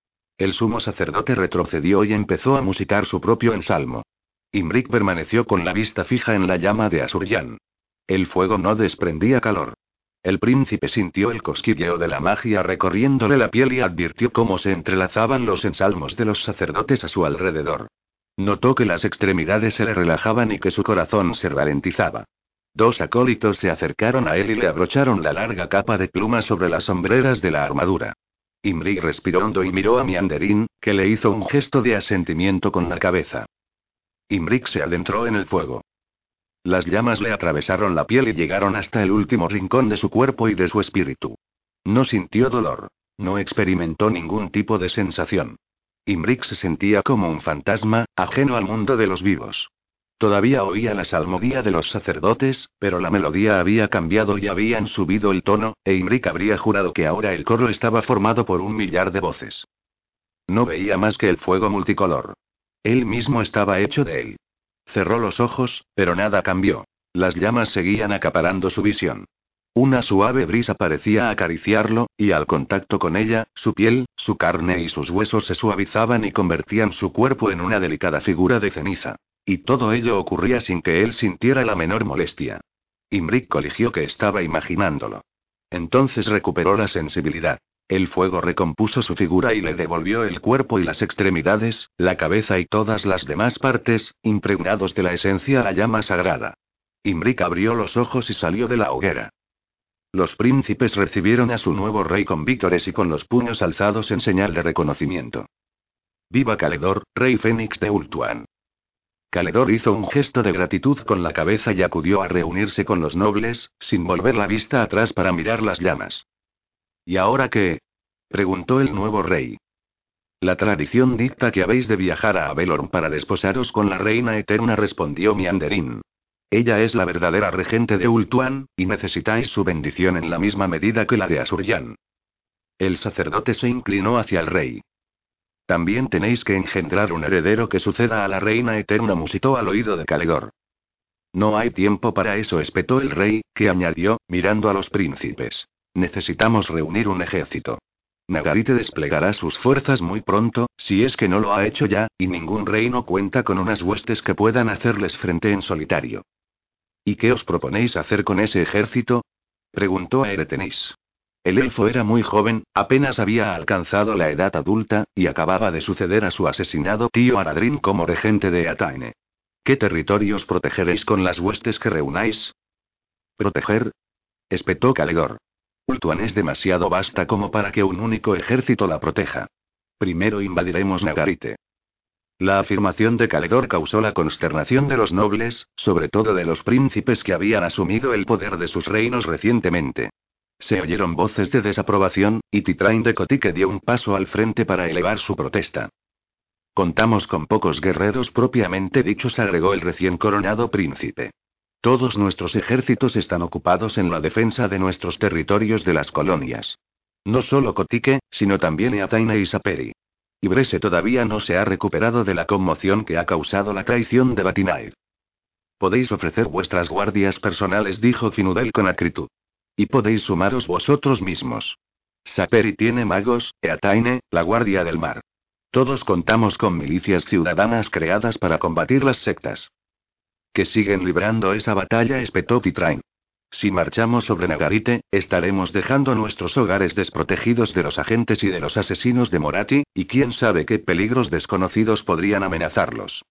El sumo sacerdote retrocedió y empezó a musicar su propio ensalmo. Imrik permaneció con la vista fija en la llama de Asuryan. El fuego no desprendía calor. El príncipe sintió el cosquilleo de la magia recorriéndole la piel y advirtió cómo se entrelazaban los ensalmos de los sacerdotes a su alrededor. Notó que las extremidades se le relajaban y que su corazón se ralentizaba. Dos acólitos se acercaron a él y le abrocharon la larga capa de plumas sobre las sombreras de la armadura. Imrik respiró hondo y miró a Mianderin, que le hizo un gesto de asentimiento con la cabeza. Imrik se adentró en el fuego. Las llamas le atravesaron la piel y llegaron hasta el último rincón de su cuerpo y de su espíritu. No sintió dolor. No experimentó ningún tipo de sensación. Imrik se sentía como un fantasma, ajeno al mundo de los vivos. Todavía oía la salmodia de los sacerdotes, pero la melodía había cambiado y habían subido el tono, e Imrik habría jurado que ahora el coro estaba formado por un millar de voces. No veía más que el fuego multicolor. Él mismo estaba hecho de él. Cerró los ojos, pero nada cambió. Las llamas seguían acaparando su visión. Una suave brisa parecía acariciarlo, y al contacto con ella, su piel, su carne y sus huesos se suavizaban y convertían su cuerpo en una delicada figura de ceniza. Y todo ello ocurría sin que él sintiera la menor molestia. Imrik coligió que estaba imaginándolo. Entonces recuperó la sensibilidad. El fuego recompuso su figura y le devolvió el cuerpo y las extremidades, la cabeza y todas las demás partes, impregnados de la esencia a la llama sagrada. Imrik abrió los ojos y salió de la hoguera. Los príncipes recibieron a su nuevo rey con vítores y con los puños alzados en señal de reconocimiento. ¡Viva Caledor, rey Fénix de Ultuan! Caledor hizo un gesto de gratitud con la cabeza y acudió a reunirse con los nobles, sin volver la vista atrás para mirar las llamas. ¿Y ahora qué? Preguntó el nuevo rey. La tradición dicta que habéis de viajar a Abelorn para desposaros con la reina eterna, respondió Mianderin. Ella es la verdadera regente de Ultuan, y necesitáis su bendición en la misma medida que la de Asuryan. El sacerdote se inclinó hacia el rey. También tenéis que engendrar un heredero que suceda a la reina eterna, musitó al oído de Caledor. No hay tiempo para eso, espetó el rey, que añadió, mirando a los príncipes. Necesitamos reunir un ejército. Nagarite desplegará sus fuerzas muy pronto, si es que no lo ha hecho ya, y ningún reino cuenta con unas huestes que puedan hacerles frente en solitario. ¿Y qué os proponéis hacer con ese ejército? Preguntó a Eretenis. El elfo era muy joven, apenas había alcanzado la edad adulta, y acababa de suceder a su asesinado tío Aradrin como regente de Ataine. ¿Qué territorios protegeréis con las huestes que reunáis? ¿Proteger? Espetó Caledor. Ultuan es demasiado vasta como para que un único ejército la proteja. Primero invadiremos Nagarite. La afirmación de Caledor causó la consternación de los nobles, sobre todo de los príncipes que habían asumido el poder de sus reinos recientemente. Se oyeron voces de desaprobación, y Titrain de Kotique dio un paso al frente para elevar su protesta. Contamos con pocos guerreros propiamente dichos, agregó el recién coronado príncipe. Todos nuestros ejércitos están ocupados en la defensa de nuestros territorios de las colonias. No solo Kotique, sino también Eataine y Saperi. Y Brese todavía no se ha recuperado de la conmoción que ha causado la traición de Batinair. Podéis ofrecer vuestras guardias personales, dijo Finudel con acritud. Y podéis sumaros vosotros mismos. Saperi tiene magos, Eataine, la guardia del mar. Todos contamos con milicias ciudadanas creadas para combatir las sectas. Que siguen librando esa batalla, espetó Titrain. Si marchamos sobre Nagarite, estaremos dejando nuestros hogares desprotegidos de los agentes y de los asesinos de Morathi, y quién sabe qué peligros desconocidos podrían amenazarlos.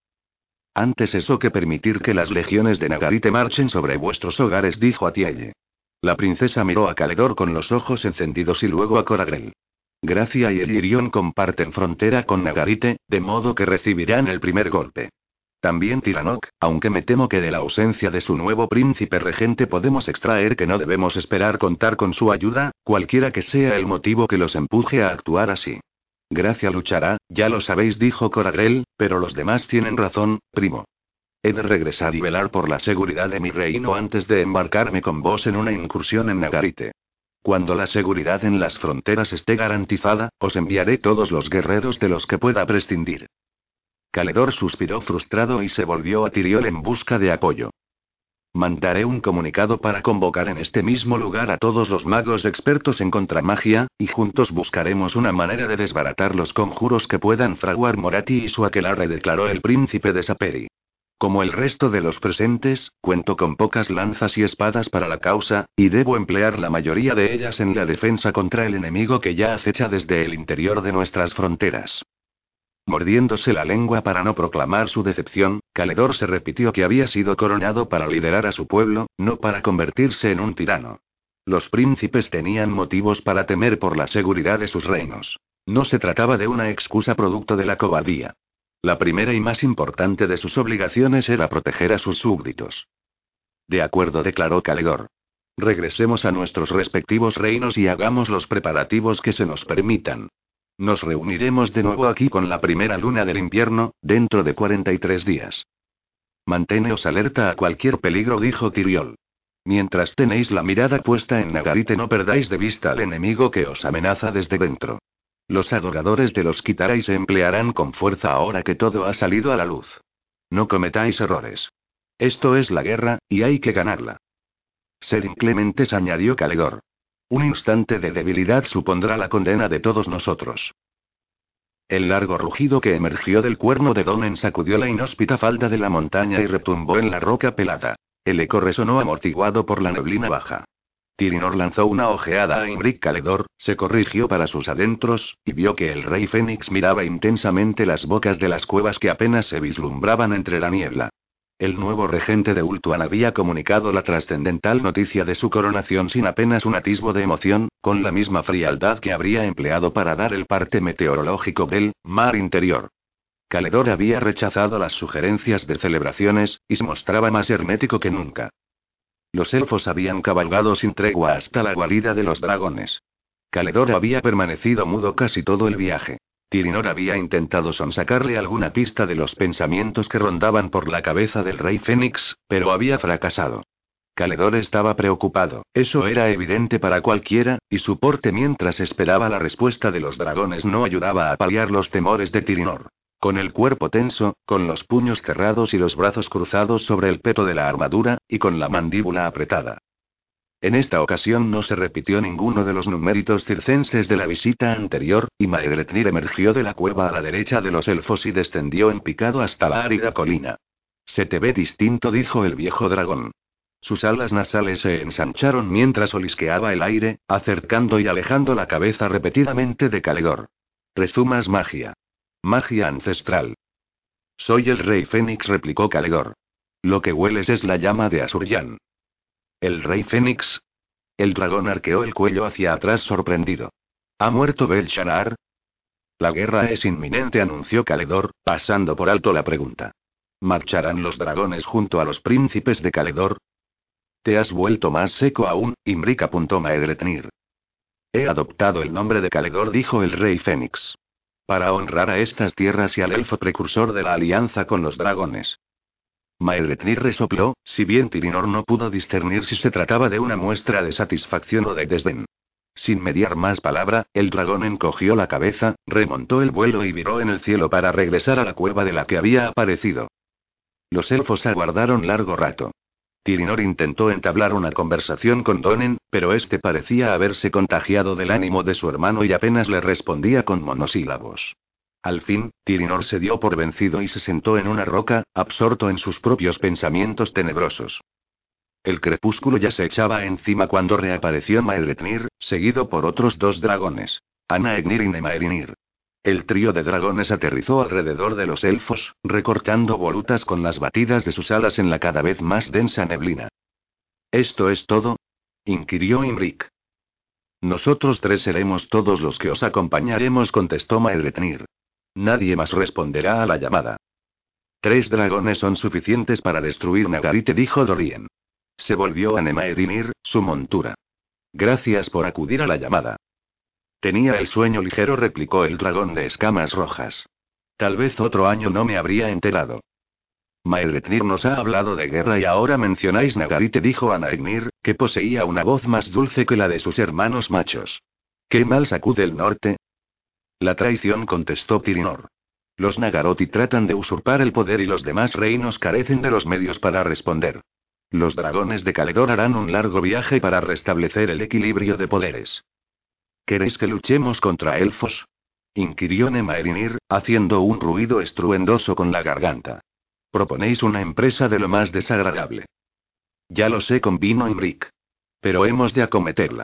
Antes eso que permitir que las legiones de Nagarite marchen sobre vuestros hogares, dijo Atielle. La princesa miró a Caledor con los ojos encendidos y luego a Coragrel. Gracia y el Irión comparten frontera con Nagarite, de modo que recibirán el primer golpe. También Tiranoc, aunque me temo que de la ausencia de su nuevo príncipe regente podemos extraer que no debemos esperar contar con su ayuda, cualquiera que sea el motivo que los empuje a actuar así. Gracia luchará, ya lo sabéis, dijo Coragrel, pero los demás tienen razón, primo. He de regresar y velar por la seguridad de mi reino antes de embarcarme con vos en una incursión en Nagarite. Cuando la seguridad en las fronteras esté garantizada, os enviaré todos los guerreros de los que pueda prescindir. Caledor suspiró frustrado y se volvió a Tiriol en busca de apoyo. Mandaré un comunicado para convocar en este mismo lugar a todos los magos expertos en contramagia, y juntos buscaremos una manera de desbaratar los conjuros que puedan fraguar Moratti y su aquelarre, declaró el príncipe de Saperi. Como el resto de los presentes, cuento con pocas lanzas y espadas para la causa, y debo emplear la mayoría de ellas en la defensa contra el enemigo que ya acecha desde el interior de nuestras fronteras. Mordiéndose la lengua para no proclamar su decepción, Caledor se repitió que había sido coronado para liderar a su pueblo, no para convertirse en un tirano. Los príncipes tenían motivos para temer por la seguridad de sus reinos. No se trataba de una excusa producto de la cobardía. La primera y más importante de sus obligaciones era proteger a sus súbditos. De acuerdo, declaró Caledor. Regresemos a nuestros respectivos reinos y hagamos los preparativos que se nos permitan. Nos reuniremos de nuevo aquí con la primera luna del invierno, dentro de cuarenta y tres días. Manteneos alerta a cualquier peligro, dijo Tiriol. Mientras tenéis la mirada puesta en Nagarite, no perdáis de vista al enemigo que os amenaza desde dentro. Los adoradores de los Kitarai se emplearán con fuerza ahora que todo ha salido a la luz. No cometáis errores. Esto es la guerra, y hay que ganarla. Ser inclementes, añadió Caledor. Un instante de debilidad supondrá la condena de todos nosotros. El largo rugido que emergió del cuerno de Donen sacudió la inhóspita falda de la montaña y retumbó en la roca pelada. El eco resonó amortiguado por la neblina baja. Tirinor lanzó una ojeada a Imric Caledor, se corrigió para sus adentros, y vio que el rey Fénix miraba intensamente las bocas de las cuevas que apenas se vislumbraban entre la niebla. El nuevo regente de Ultuan había comunicado la trascendental noticia de su coronación sin apenas un atisbo de emoción, con la misma frialdad que habría empleado para dar el parte meteorológico del mar interior. Caledor había rechazado las sugerencias de celebraciones, y se mostraba más hermético que nunca. Los elfos habían cabalgado sin tregua hasta la guarida de los dragones. Caledor había permanecido mudo casi todo el viaje. Tirinor había intentado sonsacarle alguna pista de los pensamientos que rondaban por la cabeza del rey Fénix, pero había fracasado. Caledor estaba preocupado, eso era evidente para cualquiera, y su porte mientras esperaba la respuesta de los dragones no ayudaba a paliar los temores de Tirinor. Con el cuerpo tenso, con los puños cerrados y los brazos cruzados sobre el peto de la armadura, y con la mandíbula apretada. En esta ocasión no se repitió ninguno de los numéritos circenses de la visita anterior, y Maedretnir emergió de la cueva a la derecha de los elfos y descendió en picado hasta la árida colina. Se te ve distinto, dijo el viejo dragón. Sus alas nasales se ensancharon mientras olisqueaba el aire, acercando y alejando la cabeza repetidamente de Caledor. Rezumas magia. Magia ancestral. Soy el rey Fénix, replicó Caledor. Lo que hueles es la llama de Asuryan. ¿El rey Fénix? El dragón arqueó el cuello hacia atrás sorprendido. ¿Ha muerto Belshazzar? La guerra es inminente, anunció Caledor, pasando por alto la pregunta. ¿Marcharán los dragones junto a los príncipes de Caledor? Te has vuelto más seco aún, Imric, apuntó Maedretnir. He adoptado el nombre de Caledor, dijo el rey Fénix. Para honrar a estas tierras y al elfo precursor de la alianza con los dragones. Maedretnir resopló, si bien Tirinor no pudo discernir si se trataba de una muestra de satisfacción o de desdén. Sin mediar más palabra, el dragón encogió la cabeza, remontó el vuelo y viró en el cielo para regresar a la cueva de la que había aparecido. Los elfos aguardaron largo rato. Tirinor intentó entablar una conversación con Donen, pero este parecía haberse contagiado del ánimo de su hermano y apenas le respondía con monosílabos. Al fin, Tirinor se dio por vencido y se sentó en una roca, absorto en sus propios pensamientos tenebrosos. El crepúsculo ya se echaba encima cuando reapareció Maedretnir, seguido por otros dos dragones, Anaegnir y Nemaerinir. El trío de dragones aterrizó alrededor de los elfos, recortando volutas con las batidas de sus alas en la cada vez más densa neblina. ¿Esto es todo?, inquirió Imric. Nosotros tres seremos todos los que os acompañaremos, contestó Maedretnir. Nadie más responderá a la llamada. Tres dragones son suficientes para destruir Nagarite, dijo Dorien. Se volvió a Nemaerinir, su montura. Gracias por acudir a la llamada. Tenía el sueño ligero, replicó el dragón de escamas rojas. Tal vez otro año no me habría enterado. Maelretnir nos ha hablado de guerra y ahora mencionáis Nagarite, dijo Anaegnir, que poseía una voz más dulce que la de sus hermanos machos. ¿Qué mal sacude el norte? La traición, contestó Tirinor. Los Nagaroti tratan de usurpar el poder y los demás reinos carecen de los medios para responder. Los dragones de Caledor harán un largo viaje para restablecer el equilibrio de poderes. ¿Queréis que luchemos contra elfos? Inquirió Nemaerinir, haciendo un ruido estruendoso con la garganta. Proponéis una empresa de lo más desagradable. Ya lo sé, convino Imrik. Pero hemos de acometerla.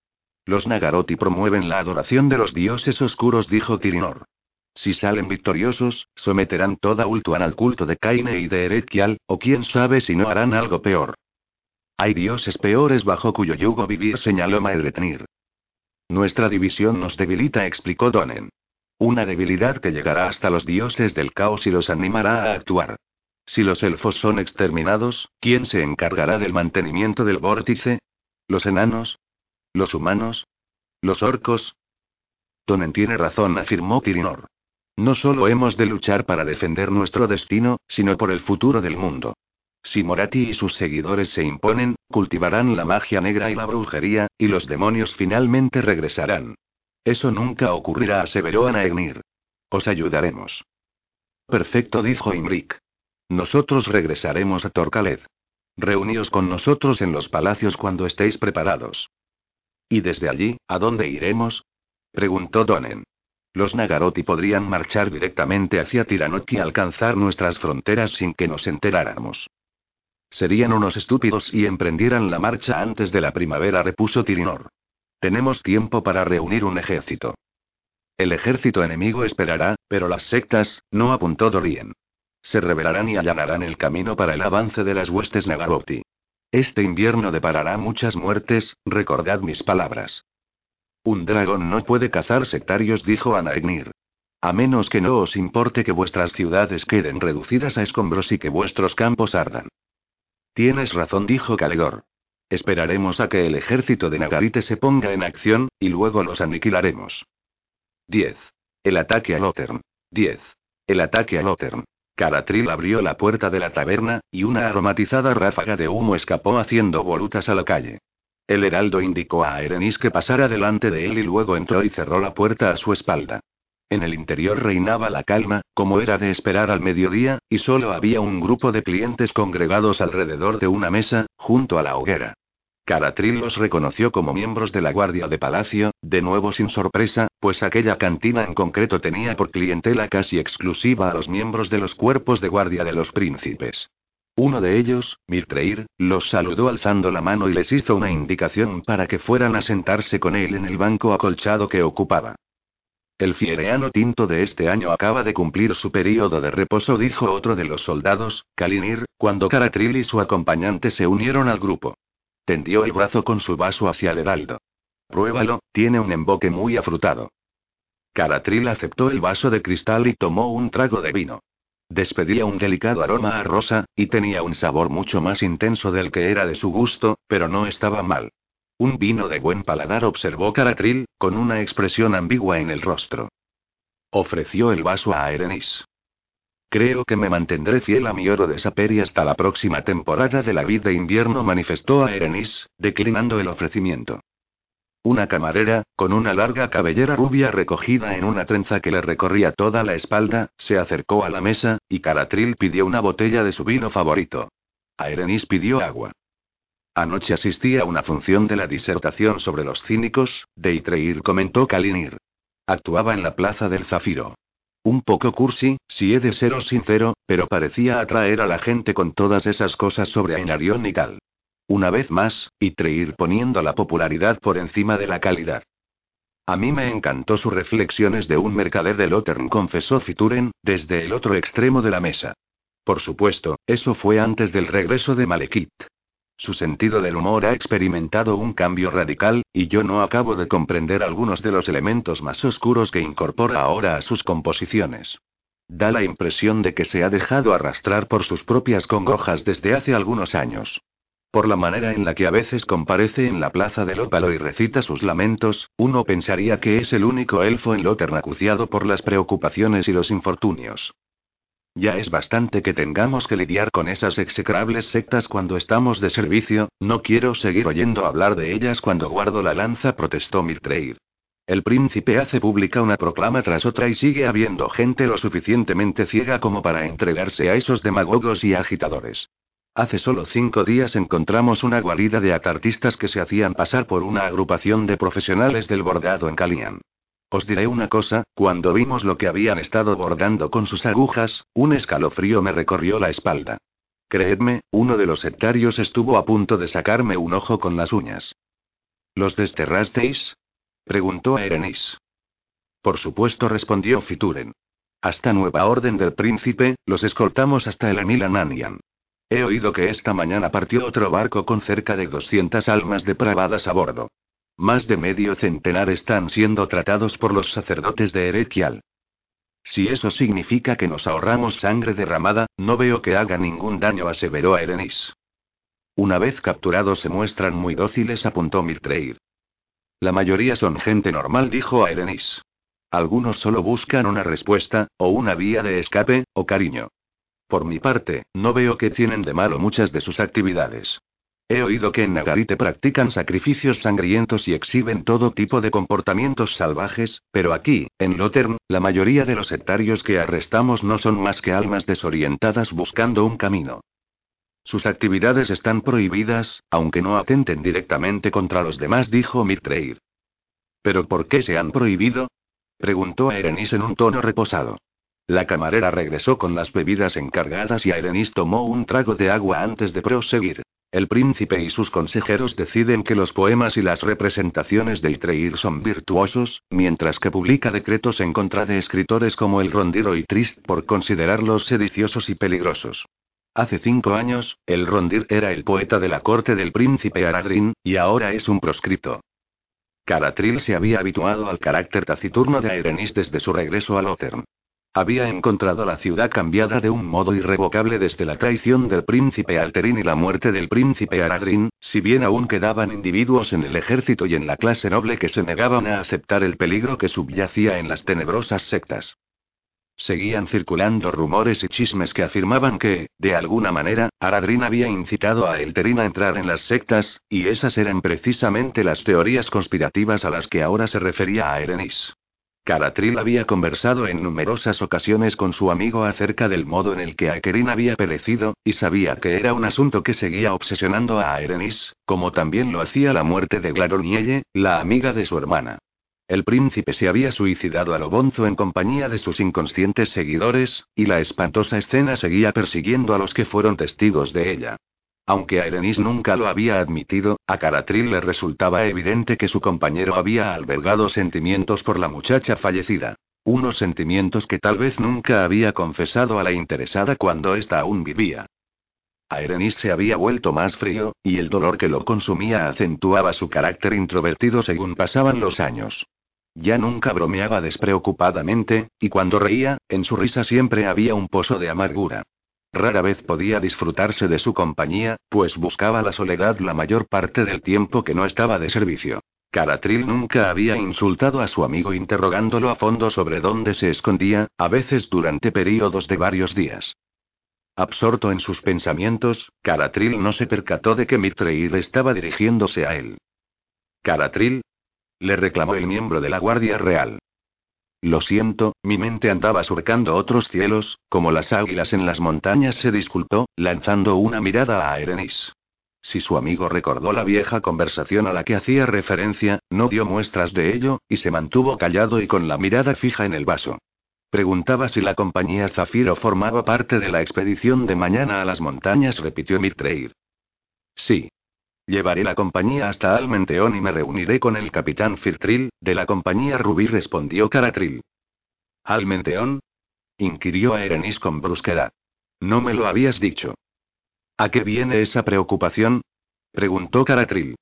Los Nagaroti promueven la adoración de los dioses oscuros, dijo Tirinor. Si salen victoriosos, someterán toda Ultuan al culto de Kaine y de Eretkial, o quién sabe si no harán algo peor. Hay dioses peores bajo cuyo yugo vivir, señaló Maelretnir. Nuestra división nos debilita, explicó Donen. Una debilidad que llegará hasta los dioses del caos y los animará a actuar. Si los elfos son exterminados, ¿quién se encargará del mantenimiento del vórtice? ¿Los enanos? ¿Los humanos? ¿Los orcos? Donen tiene razón, afirmó Tirinor. No solo hemos de luchar para defender nuestro destino, sino por el futuro del mundo. Si Morati y sus seguidores se imponen, cultivarán la magia negra y la brujería, y los demonios finalmente regresarán. Eso nunca ocurrirá, aseveró Anaegnir. Os ayudaremos. Perfecto, dijo Imrik. Nosotros regresaremos a Torkaled. Reuníos con nosotros en los palacios cuando estéis preparados. ¿Y desde allí, a dónde iremos? Preguntó Donen. Los Nagaroti podrían marchar directamente hacia Tiranot y alcanzar nuestras fronteras sin que nos enteráramos. Serían unos estúpidos si emprendieran la marcha antes de la primavera, repuso Tirinor. Tenemos tiempo para reunir un ejército. El ejército enemigo esperará, pero las sectas, no, apuntó Dorien. Se rebelarán y allanarán el camino para el avance de las huestes Nagaroti. Este invierno deparará muchas muertes, recordad mis palabras. Un dragón no puede cazar sectarios, dijo Anaegnir. A menos que no os importe que vuestras ciudades queden reducidas a escombros y que vuestros campos ardan. Tienes razón, dijo Caledor. Esperaremos a que el ejército de Nagarite se ponga en acción, y luego los aniquilaremos. diez. El ataque a Lothern. diez. El ataque a Lothern. Caratril abrió la puerta de la taberna, y una aromatizada ráfaga de humo escapó haciendo volutas a la calle. El heraldo indicó a Aerenis que pasara delante de él y luego entró y cerró la puerta a su espalda. En el interior reinaba la calma, como era de esperar al mediodía, y solo había un grupo de clientes congregados alrededor de una mesa, junto a la hoguera. Caratril los reconoció como miembros de la guardia de palacio, de nuevo sin sorpresa, pues aquella cantina en concreto tenía por clientela casi exclusiva a los miembros de los cuerpos de guardia de los príncipes. Uno de ellos, Mirtreir, los saludó alzando la mano y les hizo una indicación para que fueran a sentarse con él en el banco acolchado que ocupaba. El fiereano tinto de este año acaba de cumplir su período de reposo, dijo otro de los soldados, Kalinir, cuando Caratril y su acompañante se unieron al grupo. Tendió el brazo con su vaso hacia el heraldo. Pruébalo, tiene un emboque muy afrutado. Caratril aceptó el vaso de cristal y tomó un trago de vino. Despedía un delicado aroma a rosa, y tenía un sabor mucho más intenso del que era de su gusto, pero no estaba mal. Un vino de buen paladar, observó Caratril, con una expresión ambigua en el rostro. Ofreció el vaso a Aerenis. Creo que me mantendré fiel a mi oro de Saperi hasta la próxima temporada de la vid de invierno, manifestó Aerenis, declinando el ofrecimiento. Una camarera, con una larga cabellera rubia recogida en una trenza que le recorría toda la espalda, se acercó a la mesa, y Caratril pidió una botella de su vino favorito. Aerenis pidió agua. Anoche asistí a una función de la disertación sobre los cínicos, de Itreir, comentó Kalinir. Actuaba en la Plaza del Zafiro. Un poco cursi, si he de seros sincero, pero parecía atraer a la gente con todas esas cosas sobre Ainarion y tal. Una vez más, Itreir poniendo la popularidad por encima de la calidad. A mí me encantó sus reflexiones de un mercader de Lothern, confesó Fituren, desde el otro extremo de la mesa. Por supuesto, eso fue antes del regreso de Malekith. Su sentido del humor ha experimentado un cambio radical, y yo no acabo de comprender algunos de los elementos más oscuros que incorpora ahora a sus composiciones. Da la impresión de que se ha dejado arrastrar por sus propias congojas desde hace algunos años. Por la manera en la que a veces comparece en la plaza del Ópalo y recita sus lamentos, uno pensaría que es el único elfo en Lothern acuciado por las preocupaciones y los infortunios. Ya es bastante que tengamos que lidiar con esas execrables sectas cuando estamos de servicio, no quiero seguir oyendo hablar de ellas cuando guardo la lanza, protestó Mirtreir. El príncipe hace pública una proclama tras otra y sigue habiendo gente lo suficientemente ciega como para entregarse a esos demagogos y agitadores. Hace solo cinco días encontramos una guarida de atartistas que se hacían pasar por una agrupación de profesionales del bordado en Calian. Os diré una cosa, cuando vimos lo que habían estado bordando con sus agujas, un escalofrío me recorrió la espalda. Creedme, uno de los sectarios estuvo a punto de sacarme un ojo con las uñas. ¿Los desterrasteis?, preguntó Aerenis. Por supuesto, respondió Fituren. Hasta nueva orden del príncipe, los escoltamos hasta el Emil Ananian. He oído que esta mañana partió otro barco con cerca de doscientas almas depravadas a bordo. Más de medio centenar están siendo tratados por los sacerdotes de Erekial. Si eso significa que nos ahorramos sangre derramada, no veo que haga ningún daño, aseveró Aerenis. Una vez capturados se muestran muy dóciles, apuntó Mirtreir. La mayoría son gente normal, dijo Aerenis. Algunos solo buscan una respuesta, o una vía de escape, o cariño. Por mi parte, no veo que tienen de malo muchas de sus actividades. He oído que en Nagarite practican sacrificios sangrientos y exhiben todo tipo de comportamientos salvajes, pero aquí, en Lothern, la mayoría de los sectarios que arrestamos no son más que almas desorientadas buscando un camino. Sus actividades están prohibidas, aunque no atenten directamente contra los demás, dijo Mirtreir. ¿Pero por qué se han prohibido?, preguntó Aerenis en un tono reposado. La camarera regresó con las bebidas encargadas y Aerenis tomó un trago de agua antes de proseguir. El príncipe y sus consejeros deciden que los poemas y las representaciones de Ytreir son virtuosos, mientras que publica decretos en contra de escritores como el Rondiro y Trist por considerarlos sediciosos y peligrosos. Hace cinco años, el Rondir era el poeta de la corte del príncipe Aradrin, y ahora es un proscrito. Caratril se había habituado al carácter taciturno de Aerenis desde su regreso a Lothern. Había encontrado la ciudad cambiada de un modo irrevocable desde la traición del príncipe Alterin y la muerte del príncipe Aradrin, si bien aún quedaban individuos en el ejército y en la clase noble que se negaban a aceptar el peligro que subyacía en las tenebrosas sectas. Seguían circulando rumores y chismes que afirmaban que, de alguna manera, Aradrin había incitado a Elterin a entrar en las sectas, y esas eran precisamente las teorías conspirativas a las que ahora se refería Aerenis. Caratril había conversado en numerosas ocasiones con su amigo acerca del modo en el que Aekerin había perecido, y sabía que era un asunto que seguía obsesionando a Aerenis, como también lo hacía la muerte de Glaronielle, la amiga de su hermana. El príncipe se había suicidado a lo bonzo en compañía de sus inconscientes seguidores, y la espantosa escena seguía persiguiendo a los que fueron testigos de ella. Aunque Aerenis nunca lo había admitido, a Caratril le resultaba evidente que su compañero había albergado sentimientos por la muchacha fallecida. Unos sentimientos que tal vez nunca había confesado a la interesada cuando ésta aún vivía. Aerenis se había vuelto más frío, y el dolor que lo consumía acentuaba su carácter introvertido según pasaban los años. Ya nunca bromeaba despreocupadamente, y cuando reía, en su risa siempre había un pozo de amargura. Rara vez podía disfrutarse de su compañía, pues buscaba la soledad la mayor parte del tiempo que no estaba de servicio. Caratril nunca había insultado a su amigo interrogándolo a fondo sobre dónde se escondía, a veces durante períodos de varios días. Absorto en sus pensamientos, Caratril no se percató de que Mirtreir estaba dirigiéndose a él. «Caratril», le reclamó el miembro de la Guardia Real. Lo siento, mi mente andaba surcando otros cielos, como las águilas en las montañas, se disculpó, lanzando una mirada a Aerenis. Si su amigo recordó la vieja conversación a la que hacía referencia, no dio muestras de ello, y se mantuvo callado y con la mirada fija en el vaso. Preguntaba si la compañía Zafiro formaba parte de la expedición de mañana a las montañas, repitió Mirtreir. Sí. Llevaré la compañía hasta Almenteón y me reuniré con el capitán Firtril, de la compañía Rubí, respondió Caratril. ¿Almenteón?, inquirió Aerenis con brusquedad. No me lo habías dicho. ¿A qué viene esa preocupación?, preguntó Caratril.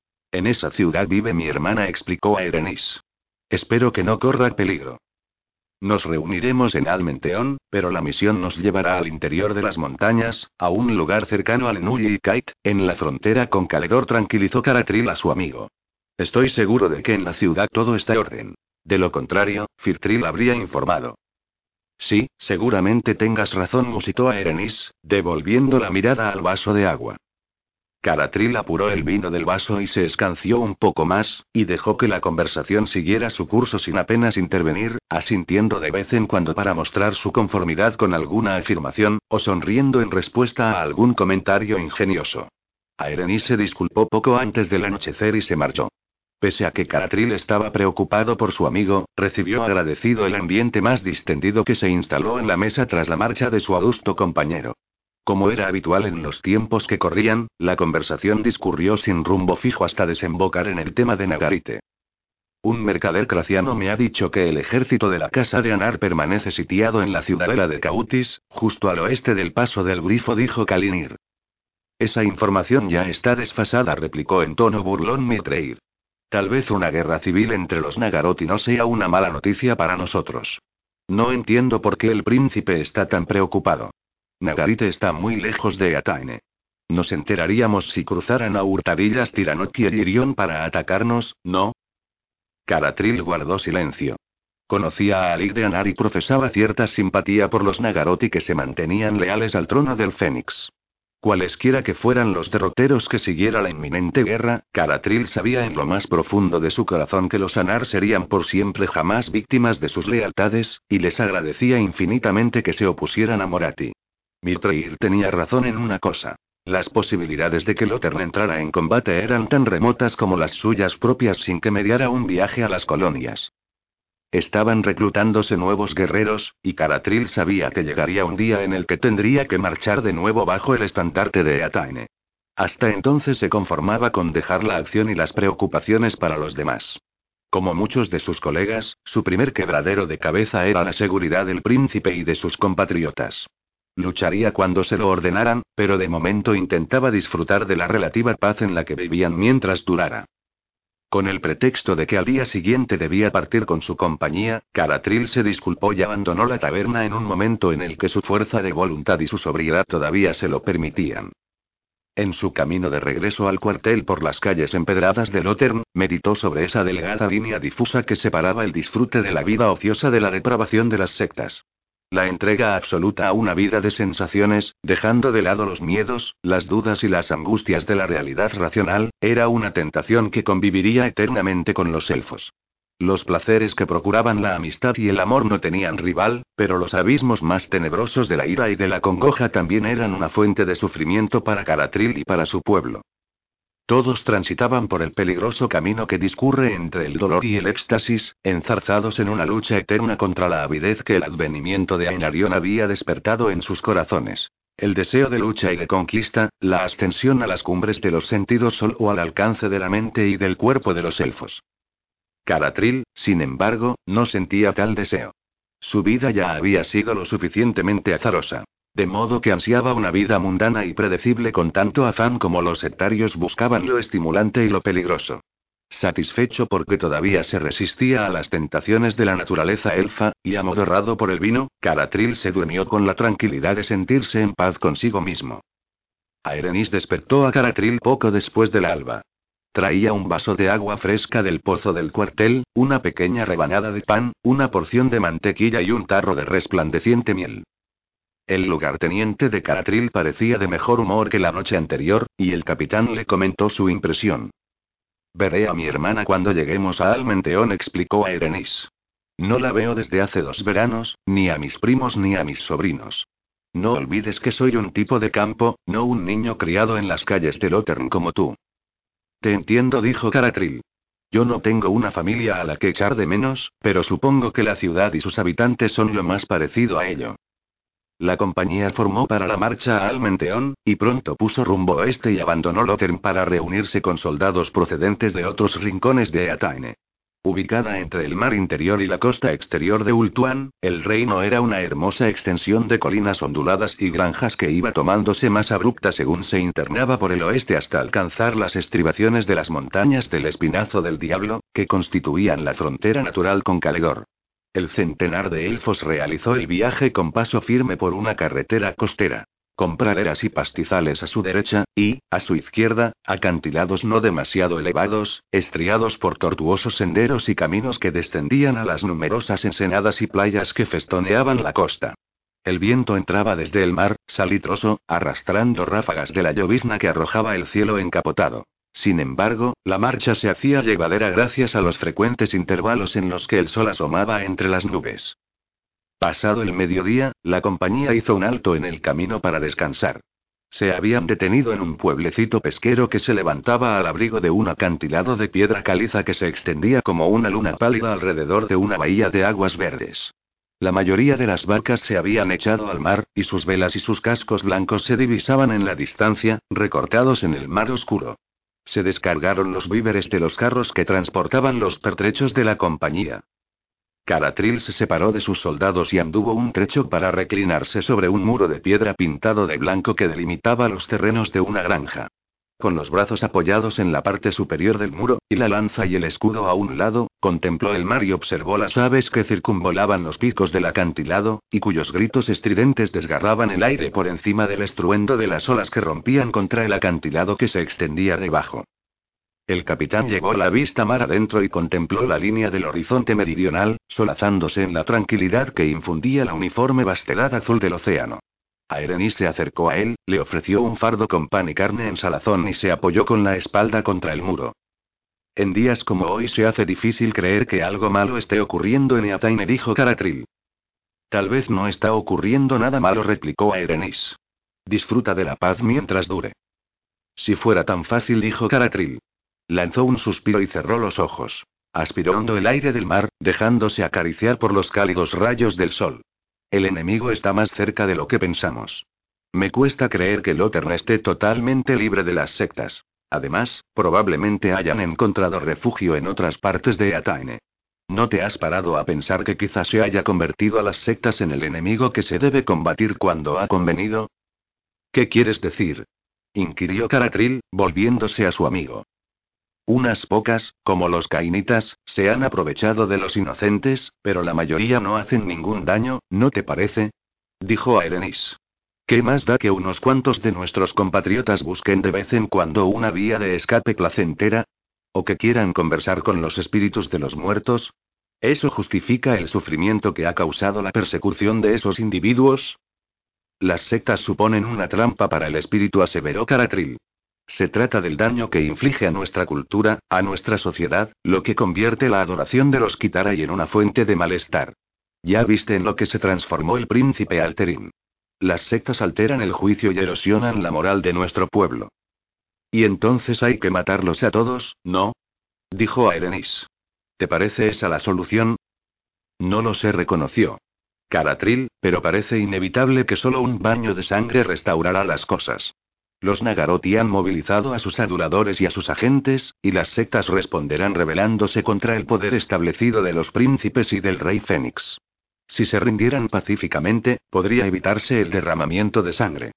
En esa ciudad vive mi hermana, explicó Aerenis. Espero que no corra peligro. Nos reuniremos en Almenteón, pero la misión nos llevará al interior de las montañas, a un lugar cercano al Nulli y Kite, en la frontera con Caledor, tranquilizó Caratril a su amigo. Estoy seguro de que en la ciudad todo está en orden. De lo contrario, Firtril habría informado. Sí, seguramente tengas razón, musitó Aerenis, devolviendo la mirada al vaso de agua. Caratril apuró el vino del vaso y se escanció un poco más, y dejó que la conversación siguiera su curso sin apenas intervenir, asintiendo de vez en cuando para mostrar su conformidad con alguna afirmación, o sonriendo en respuesta a algún comentario ingenioso. Aerenis se disculpó poco antes del anochecer y se marchó. Pese a que Caratril estaba preocupado por su amigo, recibió agradecido el ambiente más distendido que se instaló en la mesa tras la marcha de su adusto compañero. Como era habitual en los tiempos que corrían, la conversación discurrió sin rumbo fijo hasta desembocar en el tema de Nagarite. Un mercader craciano me ha dicho que el ejército de la casa de Anar permanece sitiado en la ciudadela de Cautis, justo al oeste del paso del grifo, dijo Kalinir. Esa información ya está desfasada, replicó en tono burlón Mitreir. Tal vez una guerra civil entre los Nagaroti no sea una mala noticia para nosotros. No entiendo por qué el príncipe está tan preocupado. Nagarite está muy lejos de Ataine. Nos enteraríamos si cruzaran a hurtadillas Tiranoki y Irión para atacarnos, ¿no? Caratril guardó silencio. Conocía a Alik de Anar y profesaba cierta simpatía por los Nagaroti que se mantenían leales al trono del Fénix. Cualesquiera que fueran los derroteros que siguiera la inminente guerra, Caratril sabía en lo más profundo de su corazón que los Anar serían por siempre jamás víctimas de sus lealtades, y les agradecía infinitamente que se opusieran a Moratti. Mitreir tenía razón en una cosa. Las posibilidades de que Lothern entrara en combate eran tan remotas como las suyas propias sin que mediara un viaje a las colonias. Estaban reclutándose nuevos guerreros, y Caratril sabía que llegaría un día en el que tendría que marchar de nuevo bajo el estandarte de Ataine. Hasta entonces se conformaba con dejar la acción y las preocupaciones para los demás. Como muchos de sus colegas, su primer quebradero de cabeza era la seguridad del príncipe y de sus compatriotas. Lucharía cuando se lo ordenaran, pero de momento intentaba disfrutar de la relativa paz en la que vivían mientras durara. Con el pretexto de que al día siguiente debía partir con su compañía, Caratril se disculpó y abandonó la taberna en un momento en el que su fuerza de voluntad y su sobriedad todavía se lo permitían. En su camino de regreso al cuartel por las calles empedradas de Lothern, meditó sobre esa delgada línea difusa que separaba el disfrute de la vida ociosa de la depravación de las sectas. La entrega absoluta a una vida de sensaciones, dejando de lado los miedos, las dudas y las angustias de la realidad racional, era una tentación que conviviría eternamente con los elfos. Los placeres que procuraban la amistad y el amor no tenían rival, pero los abismos más tenebrosos de la ira y de la congoja también eran una fuente de sufrimiento para Caratril y para su pueblo. Todos transitaban por el peligroso camino que discurre entre el dolor y el éxtasis, enzarzados en una lucha eterna contra la avidez que el advenimiento de Ainarion había despertado en sus corazones. El deseo de lucha y de conquista, la ascensión a las cumbres de los sentidos solo al alcance de la mente y del cuerpo de los elfos. Caratril, sin embargo, no sentía tal deseo. Su vida ya había sido lo suficientemente azarosa. De modo que ansiaba una vida mundana y predecible con tanto afán como los sectarios buscaban lo estimulante y lo peligroso. Satisfecho porque todavía se resistía a las tentaciones de la naturaleza elfa, y amodorrado por el vino, Caratril se durmió con la tranquilidad de sentirse en paz consigo mismo. Aerenis despertó a Caratril poco después del alba. Traía un vaso de agua fresca del pozo del cuartel, una pequeña rebanada de pan, una porción de mantequilla y un tarro de resplandeciente miel. El lugarteniente de Caratril parecía de mejor humor que la noche anterior, y el capitán le comentó su impresión. Veré a mi hermana cuando lleguemos a Almenteón, explicó Aerenis. No la veo desde hace dos veranos, ni a mis primos ni a mis sobrinos. No olvides que soy un tipo de campo, no un niño criado en las calles de Lothern como tú. Te entiendo, dijo Caratril. Yo no tengo una familia a la que echar de menos, pero supongo que la ciudad y sus habitantes son lo más parecido a ello. La compañía formó para la marcha a Almenteón, y pronto puso rumbo oeste y abandonó Lothern para reunirse con soldados procedentes de otros rincones de Ataine. Ubicada entre el mar interior y la costa exterior de Ultuan, el reino era una hermosa extensión de colinas onduladas y granjas que iba tomándose más abrupta según se internaba por el oeste hasta alcanzar las estribaciones de las montañas del Espinazo del Diablo, que constituían la frontera natural con Caledor. El centenar de elfos realizó el viaje con paso firme por una carretera costera. con praderas y pastizales a su derecha, y, a su izquierda, acantilados no demasiado elevados, estriados por tortuosos senderos y caminos que descendían a las numerosas ensenadas y playas que festoneaban la costa. El viento entraba desde el mar, salitroso, arrastrando ráfagas de la llovizna que arrojaba el cielo encapotado. Sin embargo, la marcha se hacía llevadera gracias a los frecuentes intervalos en los que el sol asomaba entre las nubes. Pasado el mediodía, la compañía hizo un alto en el camino para descansar. Se habían detenido en un pueblecito pesquero que se levantaba al abrigo de un acantilado de piedra caliza que se extendía como una luna pálida alrededor de una bahía de aguas verdes. La mayoría de las barcas se habían echado al mar, y sus velas y sus cascos blancos se divisaban en la distancia, recortados en el mar oscuro. Se descargaron los víveres de los carros que transportaban los pertrechos de la compañía. Caratril se separó de sus soldados y anduvo un trecho para reclinarse sobre un muro de piedra pintado de blanco que delimitaba los terrenos de una granja. Con los brazos apoyados en la parte superior del muro, y la lanza y el escudo a un lado, contempló el mar y observó las aves que circunvolaban los picos del acantilado, y cuyos gritos estridentes desgarraban el aire por encima del estruendo de las olas que rompían contra el acantilado que se extendía debajo. El capitán llevó la vista mar adentro y contempló la línea del horizonte meridional, solazándose en la tranquilidad que infundía la uniforme vastedad azul del océano. Aerenis se acercó a él, le ofreció un fardo con pan y carne en salazón y se apoyó con la espalda contra el muro. En días como hoy se hace difícil creer que algo malo esté ocurriendo en Eataine, dijo Caratril. Tal vez no está ocurriendo nada malo, replicó Aerenis. Disfruta de la paz mientras dure. Si fuera tan fácil, dijo Caratril. Lanzó un suspiro y cerró los ojos. Aspiró hondo el aire del mar, dejándose acariciar por los cálidos rayos del sol. El enemigo está más cerca de lo que pensamos. Me cuesta creer que Lothern esté totalmente libre de las sectas. Además, probablemente hayan encontrado refugio en otras partes de Eataine. ¿No te has parado a pensar que quizás se haya convertido a las sectas en el enemigo que se debe combatir cuando ha convenido? ¿Qué quieres decir?, inquirió Caratril, volviéndose a su amigo. Unas pocas, como los cainitas, se han aprovechado de los inocentes, pero la mayoría no hacen ningún daño, ¿no te parece?, dijo Aerenis. ¿Qué más da que unos cuantos de nuestros compatriotas busquen de vez en cuando una vía de escape placentera? ¿O que quieran conversar con los espíritus de los muertos? ¿Eso justifica el sufrimiento que ha causado la persecución de esos individuos? Las sectas suponen una trampa para el espíritu, aseveró Caratril. Se trata del daño que inflige a nuestra cultura, a nuestra sociedad, lo que convierte la adoración de los Kitarai en una fuente de malestar. Ya viste en lo que se transformó el príncipe Alterin. Las sectas alteran el juicio y erosionan la moral de nuestro pueblo. Y entonces hay que matarlos a todos, ¿no?, dijo Aerenis. ¿Te parece esa la solución? No lo sé, reconoció Caratril, pero parece inevitable que solo un baño de sangre restaurará las cosas. Los Nagaroti han movilizado a sus aduladores y a sus agentes, y las sectas responderán rebelándose contra el poder establecido de los príncipes y del rey Fénix. Si se rindieran pacíficamente, podría evitarse el derramamiento de sangre.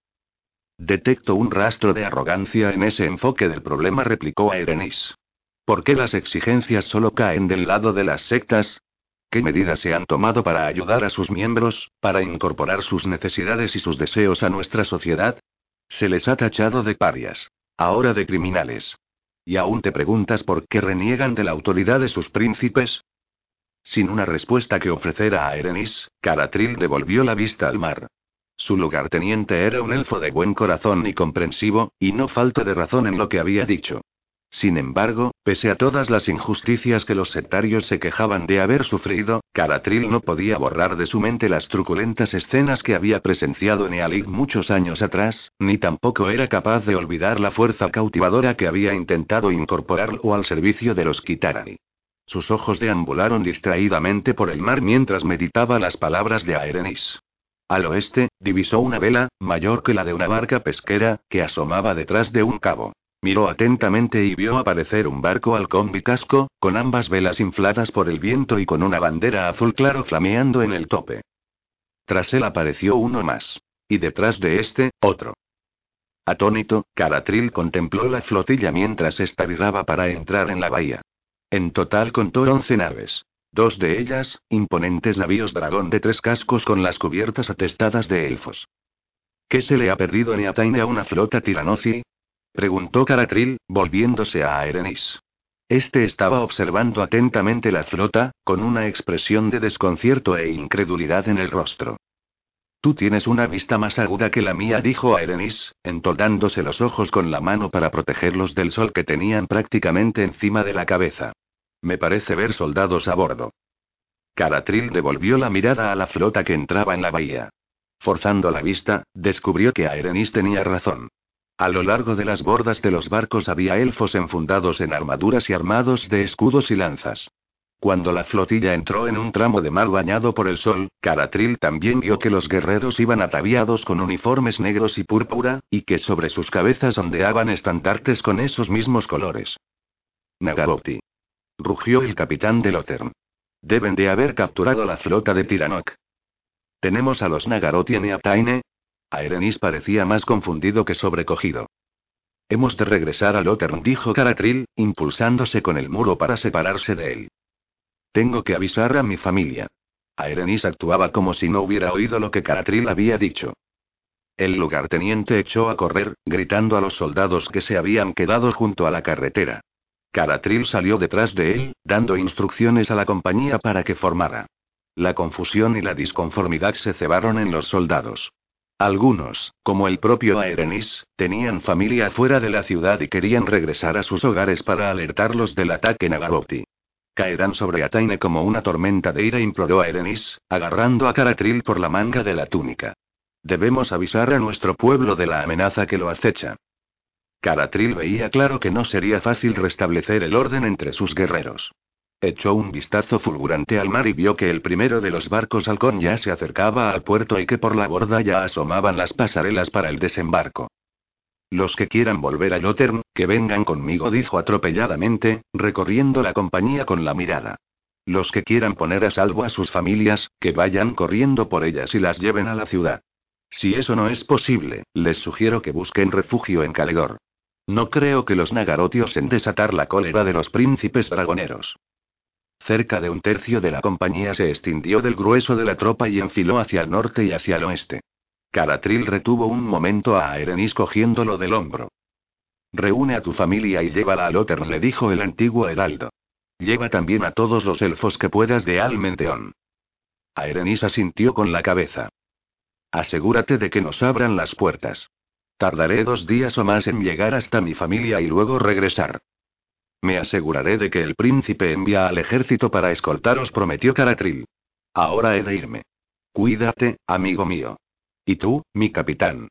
Detecto un rastro de arrogancia en ese enfoque del problema, replicó Aerenis. ¿Por qué las exigencias solo caen del lado de las sectas? ¿Qué medidas se han tomado para ayudar a sus miembros, para incorporar sus necesidades y sus deseos a nuestra sociedad? Se les ha tachado de parias. Ahora de criminales. ¿Y aún te preguntas por qué reniegan de la autoridad de sus príncipes? Sin una respuesta que ofrecer a Aerenis, Caratril devolvió la vista al mar. Su lugarteniente era un elfo de buen corazón y comprensivo, y no falto de razón en lo que había dicho. Sin embargo, pese a todas las injusticias que los sectarios se quejaban de haber sufrido, Caratril no podía borrar de su mente las truculentas escenas que había presenciado en Ealig muchos años atrás, ni tampoco era capaz de olvidar la fuerza cautivadora que había intentado incorporarlo al servicio de los Kitarai. Sus ojos deambularon distraídamente por el mar mientras meditaba las palabras de Aerenis. Al oeste, divisó una vela, mayor que la de una barca pesquera, que asomaba detrás de un cabo. Miró atentamente y vio aparecer un barco halcón bicasco, con ambas velas infladas por el viento y con una bandera azul claro flameando en el tope. Tras él apareció uno más. Y detrás de este, otro. Atónito, Caratril contempló la flotilla mientras ésta viraba para entrar en la bahía. En total contó once naves. Dos de ellas, imponentes navíos dragón de tres cascos con las cubiertas atestadas de elfos. ¿Qué se le ha perdido en Eataine a una flota tiranozi? Preguntó Caratril, volviéndose a Aerenis. Este estaba observando atentamente la flota, con una expresión de desconcierto e incredulidad en el rostro. Tú tienes una vista más aguda que la mía, dijo Aerenis, entornándose los ojos con la mano para protegerlos del sol que tenían prácticamente encima de la cabeza. Me parece ver soldados a bordo. Caratril devolvió la mirada a la flota que entraba en la bahía. Forzando la vista, descubrió que Aerenis tenía razón. A lo largo de las bordas de los barcos había elfos enfundados en armaduras y armados de escudos y lanzas. Cuando la flotilla entró en un tramo de mar bañado por el sol, Caratril también vio que los guerreros iban ataviados con uniformes negros y púrpura, y que sobre sus cabezas ondeaban estandartes con esos mismos colores. Nagarotti. Rugió el capitán de Lothern. Deben de haber capturado la flota de Tiranoc. ¿Tenemos a los Nagarotti en Eataine? Aerenis parecía más confundido que sobrecogido. Hemos de regresar a Lothern, dijo Caratril, impulsándose con el muro para separarse de él. Tengo que avisar a mi familia. Aerenis actuaba como si no hubiera oído lo que Caratril había dicho. El lugarteniente echó a correr, gritando a los soldados que se habían quedado junto a la carretera. Caratril salió detrás de él, dando instrucciones a la compañía para que formara. La confusión y la disconformidad se cebaron en los soldados. Algunos, como el propio Aerenis, tenían familia fuera de la ciudad y querían regresar a sus hogares para alertarlos del ataque Nagarotti. Caerán sobre Eataine como una tormenta de ira, imploró Aerenis, agarrando a Caratril por la manga de la túnica. Debemos avisar a nuestro pueblo de la amenaza que lo acecha. Caratril veía claro que no sería fácil restablecer el orden entre sus guerreros. Echó un vistazo fulgurante al mar y vio que el primero de los barcos halcón ya se acercaba al puerto y que por la borda ya asomaban las pasarelas para el desembarco. Los que quieran volver a Lothern, que vengan conmigo, dijo atropelladamente, recorriendo la compañía con la mirada. Los que quieran poner a salvo a sus familias, que vayan corriendo por ellas y las lleven a la ciudad. Si eso no es posible, les sugiero que busquen refugio en Caledor. No creo que los Nagarotti osen desatar la cólera de los príncipes dragoneros. Cerca de un tercio de la compañía se escindió del grueso de la tropa y enfiló hacia el norte y hacia el oeste. Caratril retuvo un momento a Aerenis cogiéndolo del hombro. Reúne a tu familia y llévala a Lothern, le dijo el antiguo heraldo. Lleva también a todos los elfos que puedas de Almenteón. Aerenis asintió con la cabeza. Asegúrate de que nos abran las puertas. Tardaré dos días o más en llegar hasta mi familia y luego regresar. Me aseguraré de que el príncipe envía al ejército para escoltaros, prometió Caratril. Ahora he de irme. Cuídate, amigo mío. ¿Y tú, mi capitán?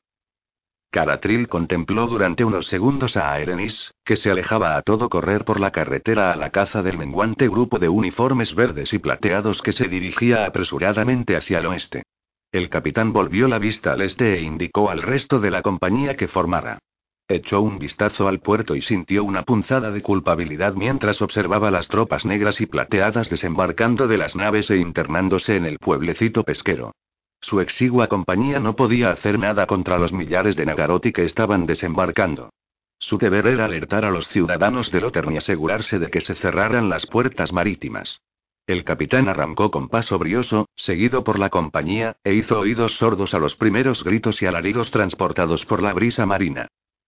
Caratril contempló durante unos segundos a Aerenis, que se alejaba a todo correr por la carretera a la caza del menguante grupo de uniformes verdes y plateados que se dirigía apresuradamente hacia el oeste. El capitán volvió la vista al este e indicó al resto de la compañía que formara. Echó un vistazo al puerto y sintió una punzada de culpabilidad mientras observaba las tropas negras y plateadas desembarcando de las naves e internándose en el pueblecito pesquero. Su exigua compañía no podía hacer nada contra los millares de Nagarotti que estaban desembarcando. Su deber era alertar a los ciudadanos de Lothern y asegurarse de que se cerraran las puertas marítimas. El capitán arrancó con paso brioso, seguido por la compañía, e hizo oídos sordos a los primeros gritos y alaridos transportados por la brisa marina.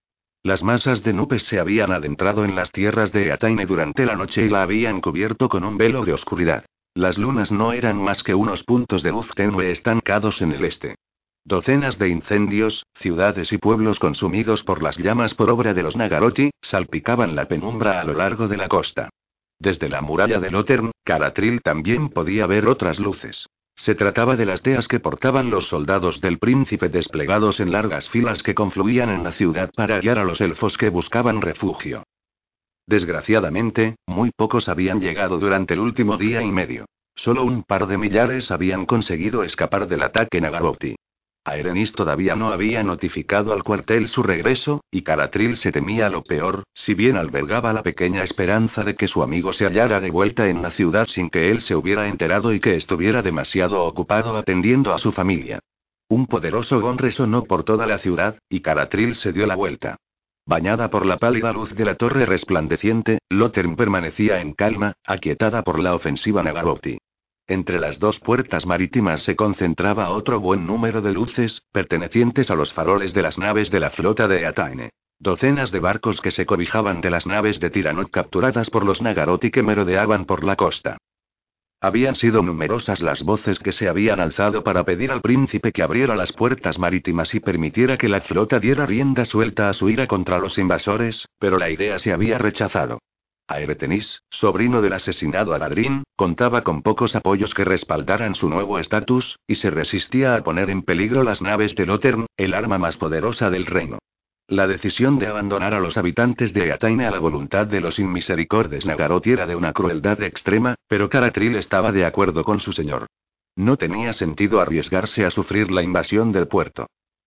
Las masas de nubes se habían adentrado en las tierras de Eataine durante la noche y la habían cubierto con un velo de oscuridad. Las lunas no eran más que unos puntos de luz tenue estancados en el este. Docenas de incendios, ciudades y pueblos consumidos por las llamas por obra de los Nagarotti, salpicaban la penumbra a lo largo de la costa. Desde la muralla de Lothern, Caratril también podía ver otras luces. Se trataba de las teas que portaban los soldados del príncipe desplegados en largas filas que confluían en la ciudad para guiar a los elfos que buscaban refugio. Desgraciadamente, muy pocos habían llegado durante el último día y medio. Solo un par de millares habían conseguido escapar del ataque Nagarotti. Aerenis todavía no había notificado al cuartel su regreso, y Caratril se temía lo peor, si bien albergaba la pequeña esperanza de que su amigo se hallara de vuelta en la ciudad sin que él se hubiera enterado y que estuviera demasiado ocupado atendiendo a su familia. Un poderoso gong resonó por toda la ciudad, y Caratril se dio la vuelta. Bañada por la pálida luz de la torre resplandeciente, Lothern permanecía en calma, aquietada por la ofensiva Nagarotti. Entre las dos puertas marítimas se concentraba otro buen número de luces, pertenecientes a los faroles de las naves de la flota de Eataine. Docenas de barcos que se cobijaban de las naves de Tiranoth capturadas por los Nagarothi que merodeaban por la costa. Habían sido numerosas las voces que se habían alzado para pedir al príncipe que abriera las puertas marítimas y permitiera que la flota diera rienda suelta a su ira contra los invasores, pero la idea se había rechazado. Aeretenis, sobrino del asesinado Aladrín, contaba con pocos apoyos que respaldaran su nuevo estatus, y se resistía a poner en peligro las naves de Lothern, el arma más poderosa del reino. La decisión de abandonar a los habitantes de Eataine a la voluntad de los inmisericordes Nagarothi era de una crueldad extrema, pero Caratriel estaba de acuerdo con su señor. No tenía sentido arriesgarse a sufrir la invasión del puerto.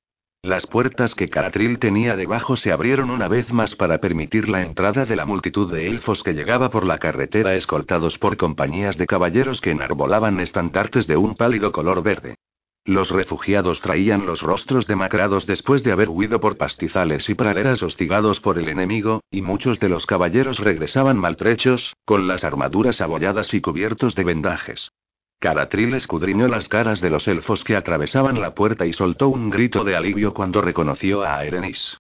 Las puertas que Caratriel tenía debajo se abrieron una vez más para permitir la entrada de la multitud de elfos que llegaba por la carretera escoltados por compañías de caballeros que enarbolaban estandartes de un pálido color verde. Los refugiados traían los rostros demacrados después de haber huido por pastizales y praderas hostigados por el enemigo, y muchos de los caballeros regresaban maltrechos, con las armaduras abolladas y cubiertos de vendajes. Caratriel escudriñó las caras de los elfos que atravesaban la puerta y soltó un grito de alivio cuando reconoció a Aerenis.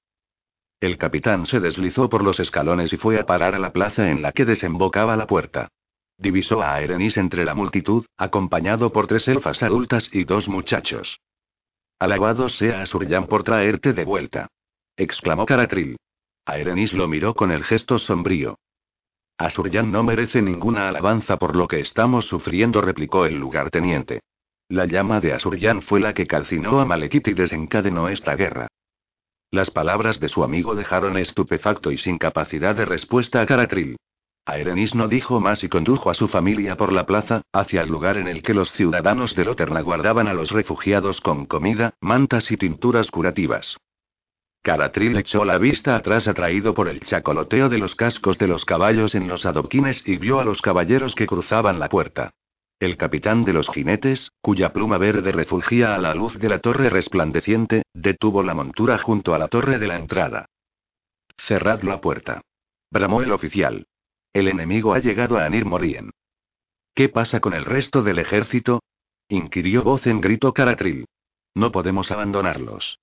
El capitán se deslizó por los escalones y fue a parar a la plaza en la que desembocaba la puerta. Divisó a Aerenis entre la multitud, acompañado por tres elfas adultas y dos muchachos. «Alabado sea Asuryan por traerte de vuelta», exclamó Caratriel. Aerenis lo miró con el gesto sombrío. «Asuryan no merece ninguna alabanza por lo que estamos sufriendo», replicó el lugarteniente. «La llama de Asuryan fue la que calcinó a Malekith y desencadenó esta guerra». Las palabras de su amigo dejaron estupefacto y sin capacidad de respuesta a Caratriel. Aerenis no dijo más y condujo a su familia por la plaza, hacia el lugar en el que los ciudadanos de Lothern aguardaban a los refugiados con comida, mantas y tinturas curativas. Caratriel echó la vista atrás atraído por el chacoloteo de los cascos de los caballos en los adoquines y vio a los caballeros que cruzaban la puerta. El capitán de los jinetes, cuya pluma verde refulgía a la luz de la torre resplandeciente, detuvo la montura junto a la torre de la entrada. «Cerrad la puerta», bramó el oficial. «El enemigo ha llegado a Anir Morien». «¿Qué pasa con el resto del ejército?», inquirió voz en grito Caratriel. «No podemos abandonarlos».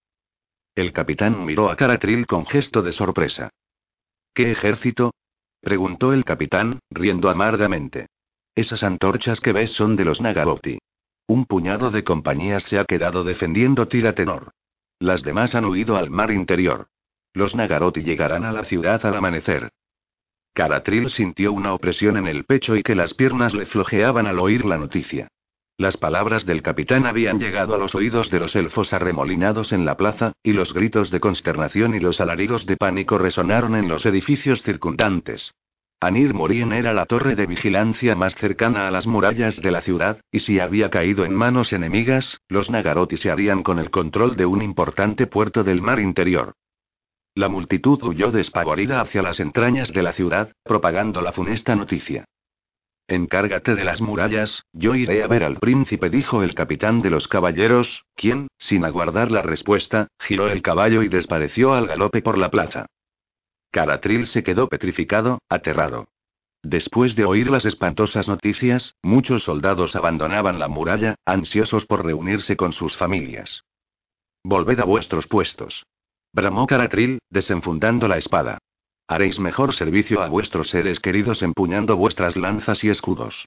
El capitán miró a Caratriel con gesto de sorpresa. «¿Qué ejército?», preguntó el capitán, riendo amargamente. «Esas antorchas que ves son de los Nagarothi. Un puñado de compañías se ha quedado defendiendo Tiratenor. Las demás han huido al mar interior. Los Nagarothi llegarán a la ciudad al amanecer». Caratriel sintió una opresión en el pecho y que las piernas le flojeaban al oír la noticia. Las palabras del capitán habían llegado a los oídos de los elfos arremolinados en la plaza, y los gritos de consternación y los alaridos de pánico resonaron en los edificios circundantes. Anir Morien era la torre de vigilancia más cercana a las murallas de la ciudad, y si había caído en manos enemigas, los Nagarothi se harían con el control de un importante puerto del mar interior. La multitud huyó despavorida hacia las entrañas de la ciudad, propagando la funesta noticia. «Encárgate de las murallas, yo iré a ver al príncipe», dijo el capitán de los caballeros, quien, sin aguardar la respuesta, giró el caballo y despareció al galope por la plaza. Caratriel se quedó petrificado, aterrado. Después de oír las espantosas noticias, muchos soldados abandonaban la muralla, ansiosos por reunirse con sus familias. «Volved a vuestros puestos», bramó Caratriel, desenfundando la espada. «Haréis mejor servicio a vuestros seres queridos empuñando vuestras lanzas y escudos».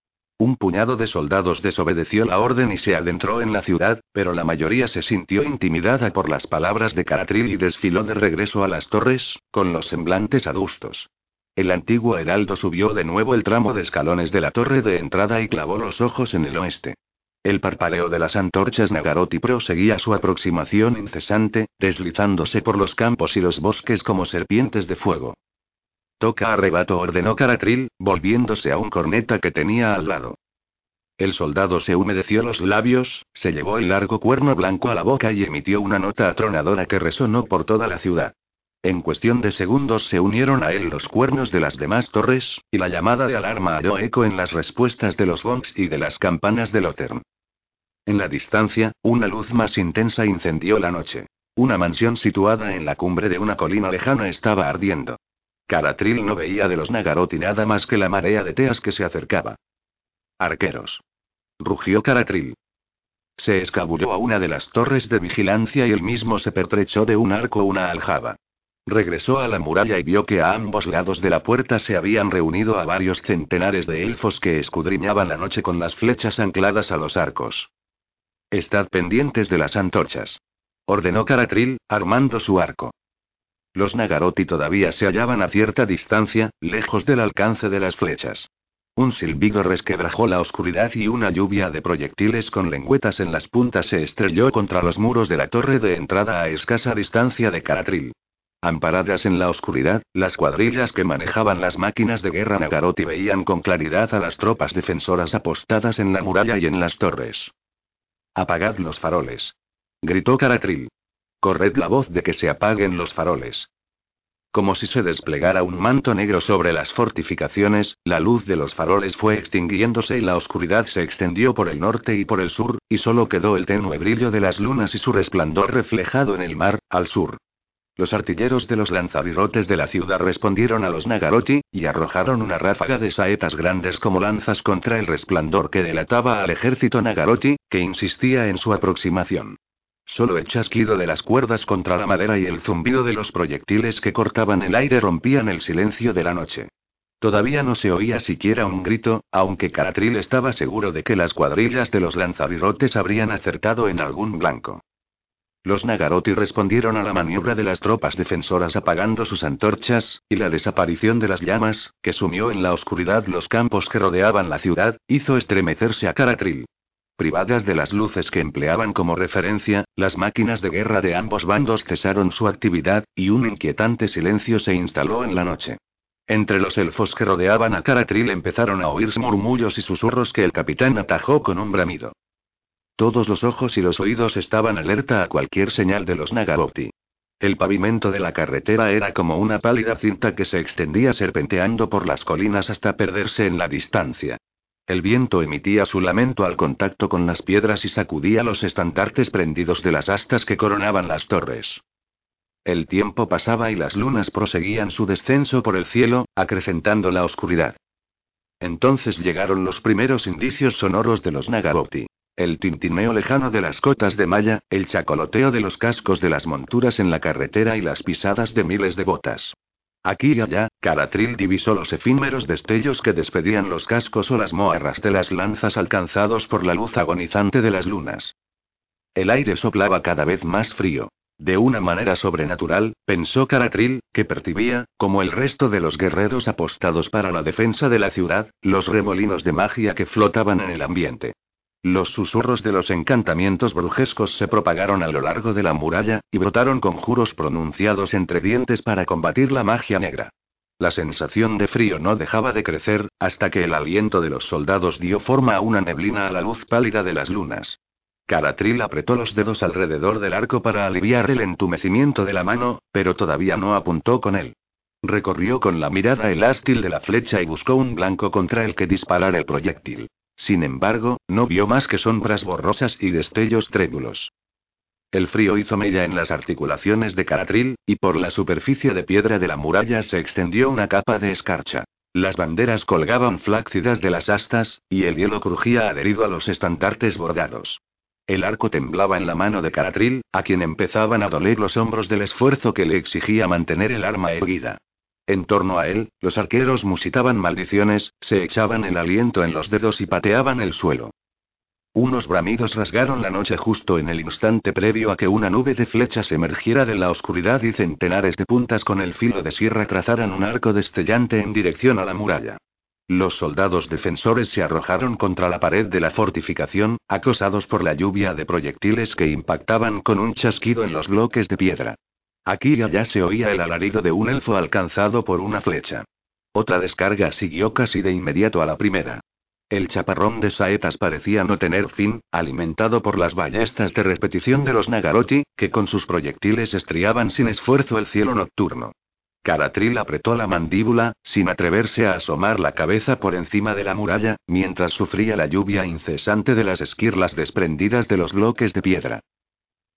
Un puñado de soldados desobedeció la orden y se adentró en la ciudad, pero la mayoría se sintió intimidada por las palabras de Caratriel y desfiló de regreso a las torres, con los semblantes adustos. El antiguo heraldo subió de nuevo el tramo de escalones de la torre de entrada y clavó los ojos en el oeste. El parpadeo de las antorchas Nagarothi proseguía su aproximación incesante, deslizándose por los campos y los bosques como serpientes de fuego. «Toca a rebato», ordenó Caratriel, volviéndose a un corneta que tenía al lado. El soldado se humedeció los labios, se llevó el largo cuerno blanco a la boca y emitió una nota atronadora que resonó por toda la ciudad. En cuestión de segundos se unieron a él los cuernos de las demás torres, y la llamada de alarma halló eco en las respuestas de los gongs y de las campanas de Lothern. En la distancia, una luz más intensa incendió la noche. Una mansión situada en la cumbre de una colina lejana estaba ardiendo. Caratriel no veía de los Nagarothi nada más que la marea de teas que se acercaba. «Arqueros», rugió Caratril. Se escabulló a una de las torres de vigilancia y él mismo se pertrechó de un arco una aljaba. Regresó a la muralla y vio que a ambos lados de la puerta se habían reunido a varios centenares de elfos que escudriñaban la noche con las flechas ancladas a los arcos. «Estad pendientes de las antorchas», ordenó Caratril, armando su arco. Los Nagarotti todavía se hallaban a cierta distancia, lejos del alcance de las flechas. Un silbido resquebrajó la oscuridad y una lluvia de proyectiles con lengüetas en las puntas se estrelló contra los muros de la torre de entrada a escasa distancia de Caratril. Amparadas en la oscuridad, las cuadrillas que manejaban las máquinas de guerra Nagarotti veían con claridad a las tropas defensoras apostadas en la muralla y en las torres. «Apagad los faroles», gritó Caratril. «Corred la voz de que se apaguen los faroles». Como si se desplegara un manto negro sobre las fortificaciones, la luz de los faroles fue extinguiéndose y la oscuridad se extendió por el norte y por el sur, y solo quedó el tenue brillo de las lunas y su resplandor reflejado en el mar, al sur. Los artilleros de los lanzavirotes de la ciudad respondieron a los Nagarotti, y arrojaron una ráfaga de saetas grandes como lanzas contra el resplandor que delataba al ejército Nagarotti, que insistía en su aproximación. Solo el chasquido de las cuerdas contra la madera y el zumbido de los proyectiles que cortaban el aire rompían el silencio de la noche. Todavía no se oía siquiera un grito, aunque Caratril estaba seguro de que las cuadrillas de los lanzavirotes habrían acertado en algún blanco. Los Nagarotti respondieron a la maniobra de las tropas defensoras apagando sus antorchas, y la desaparición de las llamas, que sumió en la oscuridad los campos que rodeaban la ciudad, hizo estremecerse a Caratril. Privadas de las luces que empleaban como referencia, las máquinas de guerra de ambos bandos cesaron su actividad, y un inquietante silencio se instaló en la noche. Entre los elfos que rodeaban a Caratril empezaron a oírse murmullos y susurros que el capitán atajó con un bramido. Todos los ojos y los oídos estaban alerta a cualquier señal de los Nagarotti. El pavimento de la carretera era como una pálida cinta que se extendía serpenteando por las colinas hasta perderse en la distancia. El viento emitía su lamento al contacto con las piedras y sacudía los estandartes prendidos de las astas que coronaban las torres. El tiempo pasaba y las lunas proseguían su descenso por el cielo, acrecentando la oscuridad. Entonces llegaron los primeros indicios sonoros de los Nagarotti. El tintineo lejano de las cotas de malla, el chacoloteo de los cascos de las monturas en la carretera y las pisadas de miles de botas. Aquí y allá, Caratril divisó los efímeros destellos que despedían los cascos o las moarras de las lanzas alcanzados por la luz agonizante de las lunas. El aire soplaba cada vez más frío. De una manera sobrenatural, pensó Caratril, que percibía, como el resto de los guerreros apostados para la defensa de la ciudad, los remolinos de magia que flotaban en el ambiente. Los susurros de los encantamientos brujescos se propagaron a lo largo de la muralla, y brotaron conjuros pronunciados entre dientes para combatir la magia negra. La sensación de frío no dejaba de crecer, hasta que el aliento de los soldados dio forma a una neblina a la luz pálida de las lunas. Caratril apretó los dedos alrededor del arco para aliviar el entumecimiento de la mano, pero todavía no apuntó con él. Recorrió con la mirada el ástil de la flecha y buscó un blanco contra el que disparar el proyectil. Sin embargo, no vio más que sombras borrosas y destellos trémulos. El frío hizo mella en las articulaciones de Caratril, y por la superficie de piedra de la muralla se extendió una capa de escarcha. Las banderas colgaban flácidas de las astas, y el hielo crujía adherido a los estandartes bordados. El arco temblaba en la mano de Caratril, a quien empezaban a doler los hombros del esfuerzo que le exigía mantener el arma erguida. En torno a él, los arqueros musitaban maldiciones, se echaban el aliento en los dedos y pateaban el suelo. Unos bramidos rasgaron la noche justo en el instante previo a que una nube de flechas emergiera de la oscuridad y centenares de puntas con el filo de sierra trazaran un arco destellante en dirección a la muralla. Los soldados defensores se arrojaron contra la pared de la fortificación, acosados por la lluvia de proyectiles que impactaban con un chasquido en los bloques de piedra. Aquí y allá se oía el alarido de un elfo alcanzado por una flecha. Otra descarga siguió casi de inmediato a la primera. El chaparrón de saetas parecía no tener fin, alimentado por las ballestas de repetición de los Nagarotti, que con sus proyectiles estriaban sin esfuerzo el cielo nocturno. Caratril apretó la mandíbula, sin atreverse a asomar la cabeza por encima de la muralla, mientras sufría la lluvia incesante de las esquirlas desprendidas de los bloques de piedra.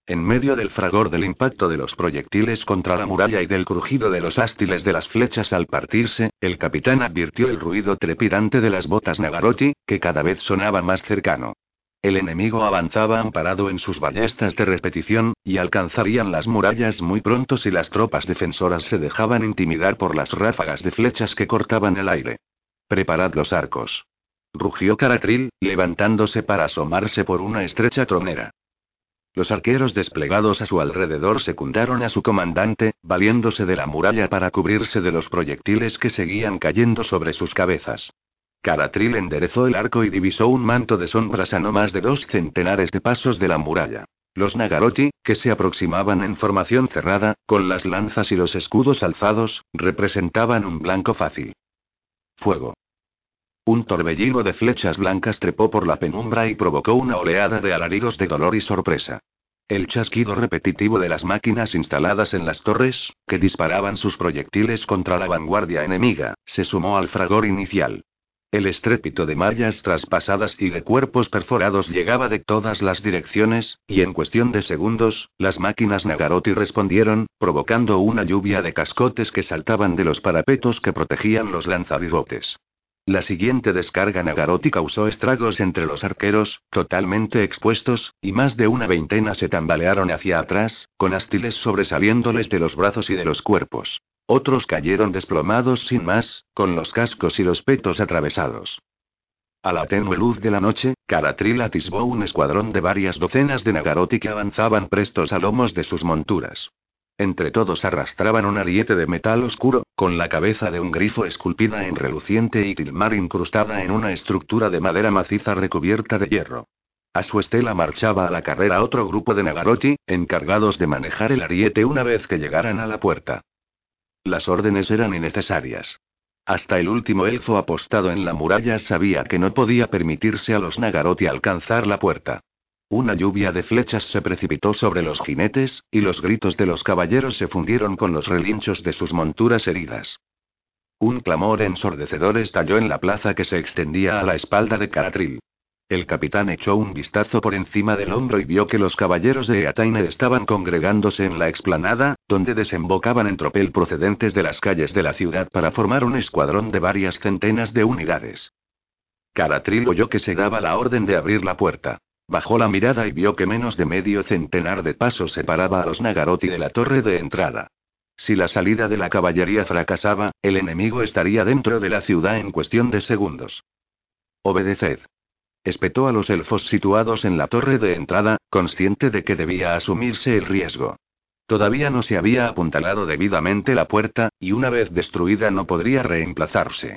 En medio del fragor del impacto de los proyectiles contra la muralla y del crujido de los ástiles de las flechas al partirse, el capitán advirtió el ruido trepidante de las botas Nagarotti, que cada vez sonaba más cercano. El enemigo avanzaba amparado en sus ballestas de repetición, y alcanzarían las murallas muy pronto si las tropas defensoras se dejaban intimidar por las ráfagas de flechas que cortaban el aire. «Preparad los arcos», rugió Caratril, levantándose para asomarse por una estrecha tronera. Los arqueros desplegados a su alrededor secundaron a su comandante, valiéndose de la muralla para cubrirse de los proyectiles que seguían cayendo sobre sus cabezas. Caratril enderezó el arco y divisó un manto de sombras a no más de dos centenares de pasos de la muralla. Los Nagarotti, que se aproximaban en formación cerrada, con las lanzas y los escudos alzados, representaban un blanco fácil. Fuego. Un torbellino de flechas blancas trepó por la penumbra y provocó una oleada de alaridos de dolor y sorpresa. El chasquido repetitivo de las máquinas instaladas en las torres, que disparaban sus proyectiles contra la vanguardia enemiga, se sumó al fragor inicial. El estrépito de mallas traspasadas y de cuerpos perforados llegaba de todas las direcciones, y en cuestión de segundos, las máquinas Nagarotti respondieron, provocando una lluvia de cascotes que saltaban de los parapetos que protegían los lanzabigotes. La siguiente descarga Nagarotti causó estragos entre los arqueros, totalmente expuestos, y más de una veintena se tambalearon hacia atrás, con astiles sobresaliéndoles de los brazos y de los cuerpos. Otros cayeron desplomados sin más, con los cascos y los petos atravesados. A la tenue luz de la noche, Caratril atisbó un escuadrón de varias docenas de Nagarotti que avanzaban prestos a lomos de sus monturas. Entre todos arrastraban un ariete de metal oscuro, con la cabeza de un grifo esculpida en reluciente y tilmar incrustada en una estructura de madera maciza recubierta de hierro. A su estela marchaba a la carrera otro grupo de Nagarotti, encargados de manejar el ariete una vez que llegaran a la puerta. Las órdenes eran innecesarias. Hasta el último elfo apostado en la muralla sabía que no podía permitirse a los Nagarotti alcanzar la puerta. Una lluvia de flechas se precipitó sobre los jinetes, y los gritos de los caballeros se fundieron con los relinchos de sus monturas heridas. Un clamor ensordecedor estalló en la plaza que se extendía a la espalda de Caratril. El capitán echó un vistazo por encima del hombro y vio que los caballeros de Eataine estaban congregándose en la explanada, donde desembocaban en tropel procedentes de las calles de la ciudad para formar un escuadrón de varias centenas de unidades. Caratril oyó que se daba la orden de abrir la puerta. Bajó la mirada y vio que menos de medio centenar de pasos separaba a los Nagarotti de la torre de entrada. Si la salida de la caballería fracasaba, el enemigo estaría dentro de la ciudad en cuestión de segundos. «Obedeced», espetó a los elfos situados en la torre de entrada, consciente de que debía asumirse el riesgo. Todavía no se había apuntalado debidamente la puerta, y una vez destruida no podría reemplazarse.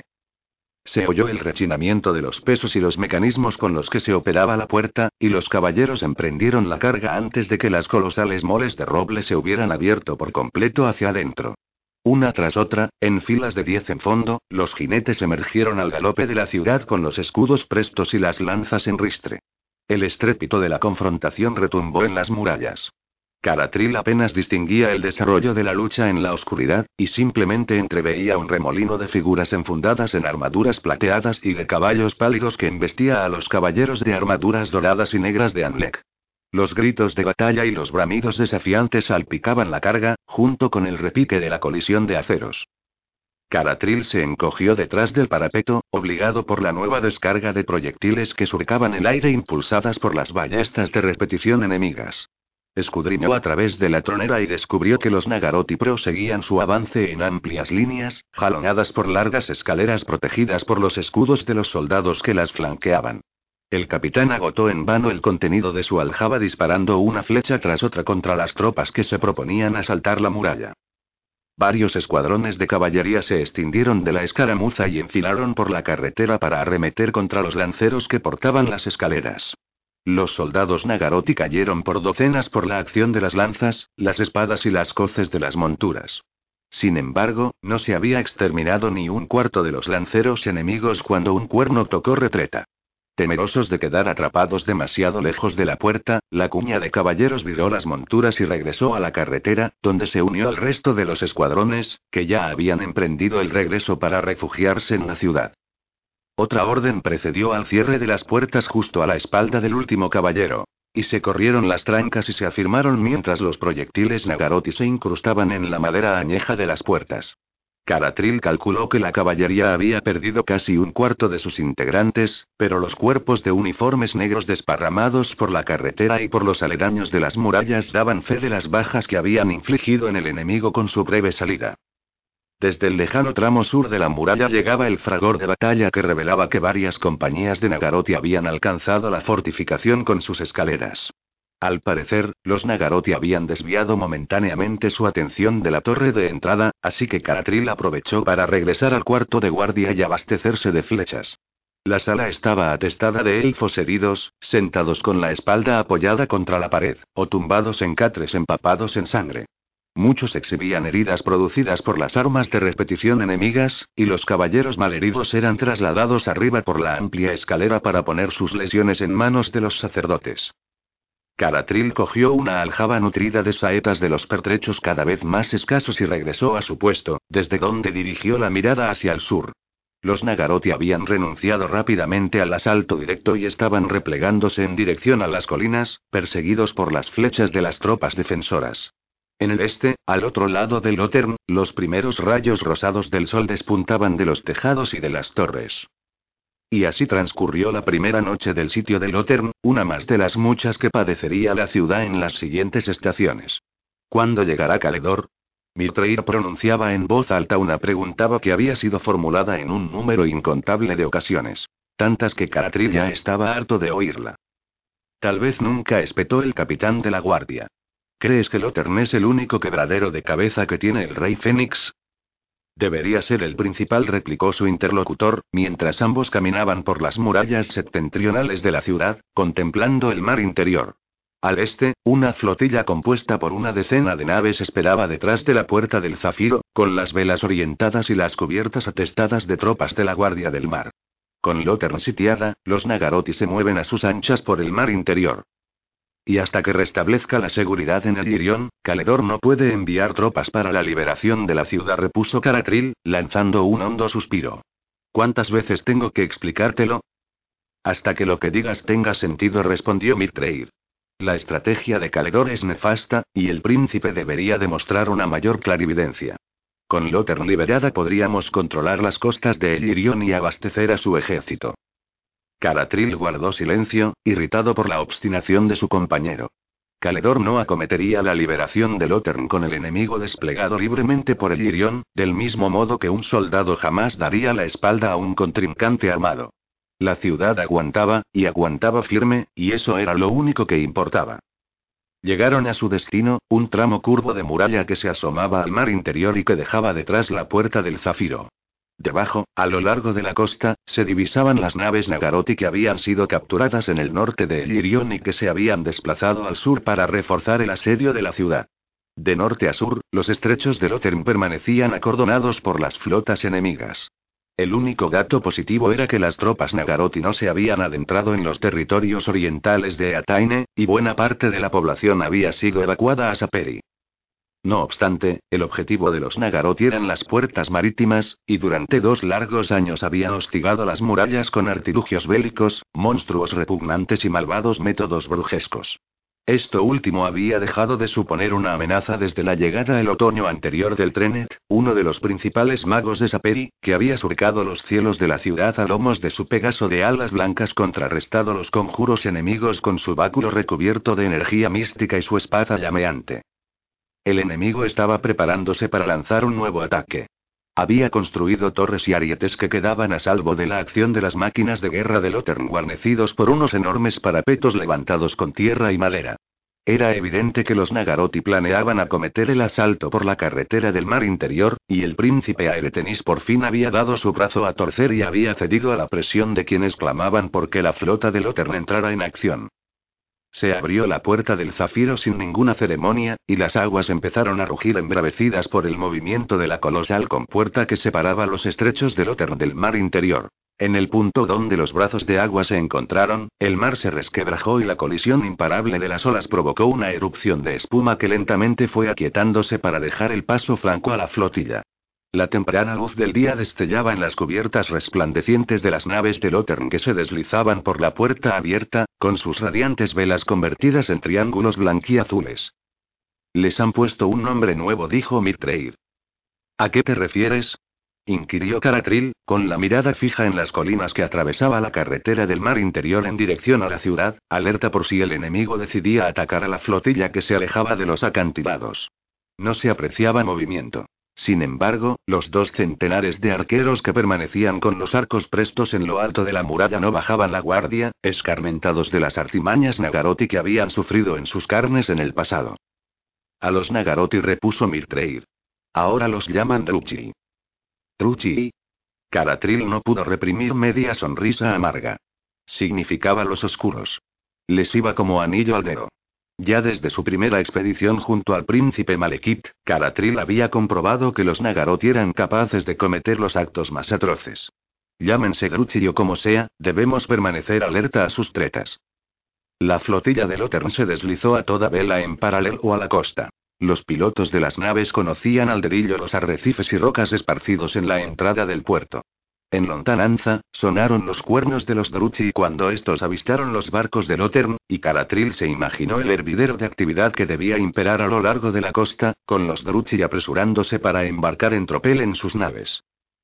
Se oyó el rechinamiento de los pesos y los mecanismos con los que se operaba la puerta, y los caballeros emprendieron la carga antes de que las colosales moles de roble se hubieran abierto por completo hacia adentro. Una tras otra, en filas de diez en fondo, los jinetes emergieron al galope de la ciudad con los escudos prestos y las lanzas en ristre. El estrépito de la confrontación retumbó en las murallas. Caratril apenas distinguía el desarrollo de la lucha en la oscuridad, y simplemente entreveía un remolino de figuras enfundadas en armaduras plateadas y de caballos pálidos que embestía a los caballeros de armaduras doradas y negras de Anlec. Los gritos de batalla y los bramidos desafiantes salpicaban la carga, junto con el repique de la colisión de aceros. Caratril se encogió detrás del parapeto, obligado por la nueva descarga de proyectiles que surcaban el aire impulsadas por las ballestas de repetición enemigas. Escudriñó a través de la tronera y descubrió que los Nagarotti proseguían su avance en amplias líneas, jalonadas por largas escaleras protegidas por los escudos de los soldados que las flanqueaban. El capitán agotó en vano el contenido de su aljaba disparando una flecha tras otra contra las tropas que se proponían asaltar la muralla. Varios escuadrones de caballería se extendieron de la escaramuza y enfilaron por la carretera para arremeter contra los lanceros que portaban las escaleras. Los soldados Nagarotti cayeron por docenas por la acción de las lanzas, las espadas y las coces de las monturas. Sin embargo, no se había exterminado ni un cuarto de los lanceros enemigos cuando un cuerno tocó retreta. Temerosos de quedar atrapados demasiado lejos de la puerta, la cuña de caballeros viró las monturas y regresó a la carretera, donde se unió al resto de los escuadrones, que ya habían emprendido el regreso para refugiarse en la ciudad. Otra orden precedió al cierre de las puertas justo a la espalda del último caballero. y se corrieron las trancas y se afirmaron mientras los proyectiles Nagarotti se incrustaban en la madera añeja de las puertas. Caratril calculó que la caballería había perdido casi un cuarto de sus integrantes, pero los cuerpos de uniformes negros desparramados por la carretera y por los aledaños de las murallas daban fe de las bajas que habían infligido en el enemigo con su breve salida. Desde el lejano tramo sur de la muralla llegaba el fragor de batalla que revelaba que varias compañías de Nagarotti habían alcanzado la fortificación con sus escaleras. Al parecer, los Nagarotti habían desviado momentáneamente su atención de la torre de entrada, así que Caratril aprovechó para regresar al cuarto de guardia y abastecerse de flechas. La sala estaba atestada de elfos heridos, sentados con la espalda apoyada contra la pared, o tumbados en catres empapados en sangre. Muchos exhibían heridas producidas por las armas de repetición enemigas, y los caballeros malheridos eran trasladados arriba por la amplia escalera para poner sus lesiones en manos de los sacerdotes. Caratril cogió una aljaba nutrida de saetas de los pertrechos cada vez más escasos y regresó a su puesto, desde donde dirigió la mirada hacia el sur. Los Nagarotti habían renunciado rápidamente al asalto directo y estaban replegándose en dirección a las colinas, perseguidos por las flechas de las tropas defensoras. En el este, al otro lado del Lothern, los primeros rayos rosados del sol despuntaban de los tejados y de las torres. Y así transcurrió la primera noche del sitio de Lothern, una más de las muchas que padecería la ciudad en las siguientes estaciones. ¿Cuándo llegará Caledor? Myrtreir pronunciaba en voz alta una pregunta que había sido formulada en un número incontable de ocasiones. Tantas que Caratril ya estaba harto de oírla. Tal vez nunca, espetó el capitán de la guardia. ¿Crees que Lothern es el único quebradero de cabeza que tiene el rey Fénix? Debería ser el principal, replicó su interlocutor, mientras ambos caminaban por las murallas septentrionales de la ciudad, contemplando el mar interior. Al este, una flotilla compuesta por una decena de naves esperaba detrás de la puerta del Zafiro, con las velas orientadas y las cubiertas atestadas de tropas de la Guardia del Mar. Con Lothern sitiada, los Nagarotti se mueven a sus anchas por el mar interior. Y hasta que restablezca la seguridad en el Irión, Caledor no puede enviar tropas para la liberación de la ciudad, repuso Caratril, lanzando un hondo suspiro. ¿Cuántas veces tengo que explicártelo? Hasta que lo que digas tenga sentido, respondió Myrtreir. La estrategia de Caledor es nefasta, y el príncipe debería demostrar una mayor clarividencia. Con Lothern liberada podríamos controlar las costas de El Irión y abastecer a su ejército. Caratril guardó silencio, irritado por la obstinación de su compañero. Caledor no acometería la liberación de Lothern con el enemigo desplegado libremente por el Irión, del mismo modo que un soldado jamás daría la espalda a un contrincante armado. La ciudad aguantaba, y aguantaba firme, y eso era lo único que importaba. Llegaron a su destino, un tramo curvo de muralla que se asomaba al mar interior y que dejaba detrás la puerta del Zafiro. Debajo, a lo largo de la costa, se divisaban las naves Nagarotti que habían sido capturadas en el norte de El Irión y que se habían desplazado al sur para reforzar el asedio de la ciudad. De norte a sur, los estrechos de Lothern permanecían acordonados por las flotas enemigas. El único dato positivo era que las tropas Nagarotti no se habían adentrado en los territorios orientales de Eataine, y buena parte de la población había sido evacuada a Saperi. No obstante, el objetivo de los Nagarotti eran las puertas marítimas, y durante dos largos años habían hostigado las murallas con artilugios bélicos, monstruos repugnantes y malvados métodos brujescos. Esto último había dejado de suponer una amenaza desde la llegada el otoño anterior del Trenet, uno de los principales magos de Saperi, que había surcado los cielos de la ciudad a lomos de su Pegaso de alas blancas, contrarrestado los conjuros enemigos con su báculo recubierto de energía mística y su espada llameante. El enemigo estaba preparándose para lanzar un nuevo ataque. Había construido torres y arietes que quedaban a salvo de la acción de las máquinas de guerra de Lothern, guarnecidos por unos enormes parapetos levantados con tierra y madera. Era evidente que los Nagarotti planeaban acometer el asalto por la carretera del mar interior, y el príncipe Aeretenis por fin había dado su brazo a torcer y había cedido a la presión de quienes clamaban por que la flota de Lothern entrara en acción. Se abrió la puerta del Zafiro sin ninguna ceremonia, y las aguas empezaron a rugir embravecidas por el movimiento de la colosal compuerta que separaba los estrechos de Lothern del mar interior. En el punto donde los brazos de agua se encontraron, el mar se resquebrajó y la colisión imparable de las olas provocó una erupción de espuma que lentamente fue aquietándose para dejar el paso franco a la flotilla. La temprana luz del día destellaba en las cubiertas resplandecientes de las naves de Lothern que se deslizaban por la puerta abierta, con sus radiantes velas convertidas en triángulos blanquiazules. Les han puesto un nombre nuevo, dijo Myrtreir. ¿A qué te refieres? Inquirió Caratril, con la mirada fija en las colinas que atravesaba la carretera del mar interior en dirección a la ciudad, alerta por si el enemigo decidía atacar a la flotilla que se alejaba de los acantilados. No se apreciaba movimiento. Sin embargo, los dos centenares de arqueros que permanecían con los arcos prestos en lo alto de la muralla no bajaban la guardia, escarmentados de las artimañas Nagarothi que habían sufrido en sus carnes en el pasado. A los Nagarothi, repuso Myrtreir. Ahora los llaman Druchii. ¿Druchii? Caratril no pudo reprimir media sonrisa amarga. Significaba los oscuros. Les iba como anillo al dedo. Ya desde su primera expedición junto al príncipe Malekith, Caratril había comprobado que los Nagarothi eran capaces de cometer los actos más atroces. Llámense Druchii o como sea, debemos permanecer alerta a sus tretas. La flotilla de Lothern se deslizó a toda vela en paralelo a la costa. Los pilotos de las naves conocían al dedillo los arrecifes y rocas esparcidos en la entrada del puerto. En lontananza, sonaron los cuernos de los Druchii cuando estos avistaron los barcos de Lothern, y Caratril se imaginó el hervidero de actividad que debía imperar a lo largo de la costa, con los Druchii apresurándose para embarcar en tropel en sus naves.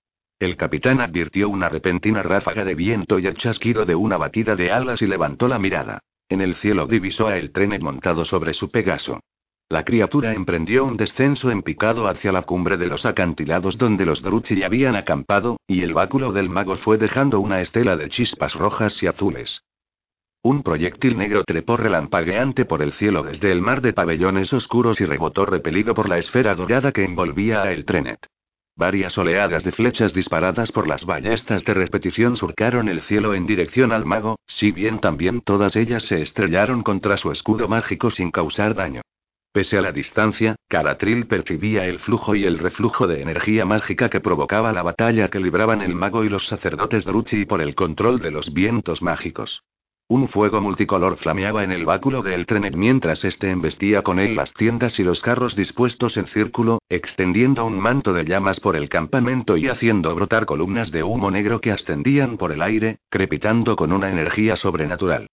El capitán advirtió una repentina ráfaga de viento y el chasquido de una batida de alas y levantó la mirada. En el cielo divisó a el Trenet montado sobre su Pegaso. La criatura emprendió un descenso en picado hacia la cumbre de los acantilados donde los Druchii habían acampado, y el báculo del mago fue dejando una estela de chispas rojas y azules. Un proyectil negro trepó relampagueante por el cielo desde el mar de pabellones oscuros y rebotó repelido por la esfera dorada que envolvía a el Trenet. Varias oleadas de flechas disparadas por las ballestas de repetición surcaron el cielo en dirección al mago, si bien también todas ellas se estrellaron contra su escudo mágico sin causar daño. Pese a la distancia, Caratril percibía el flujo y el reflujo de energía mágica que provocaba la batalla que libraban el mago y los sacerdotes Druchii por el control de los vientos mágicos. Un fuego multicolor flameaba en el báculo del Trenet mientras este embestía con él las tiendas y los carros dispuestos en círculo, extendiendo un manto de llamas por el campamento y haciendo brotar columnas de humo negro que ascendían por el aire, crepitando con una energía sobrenatural.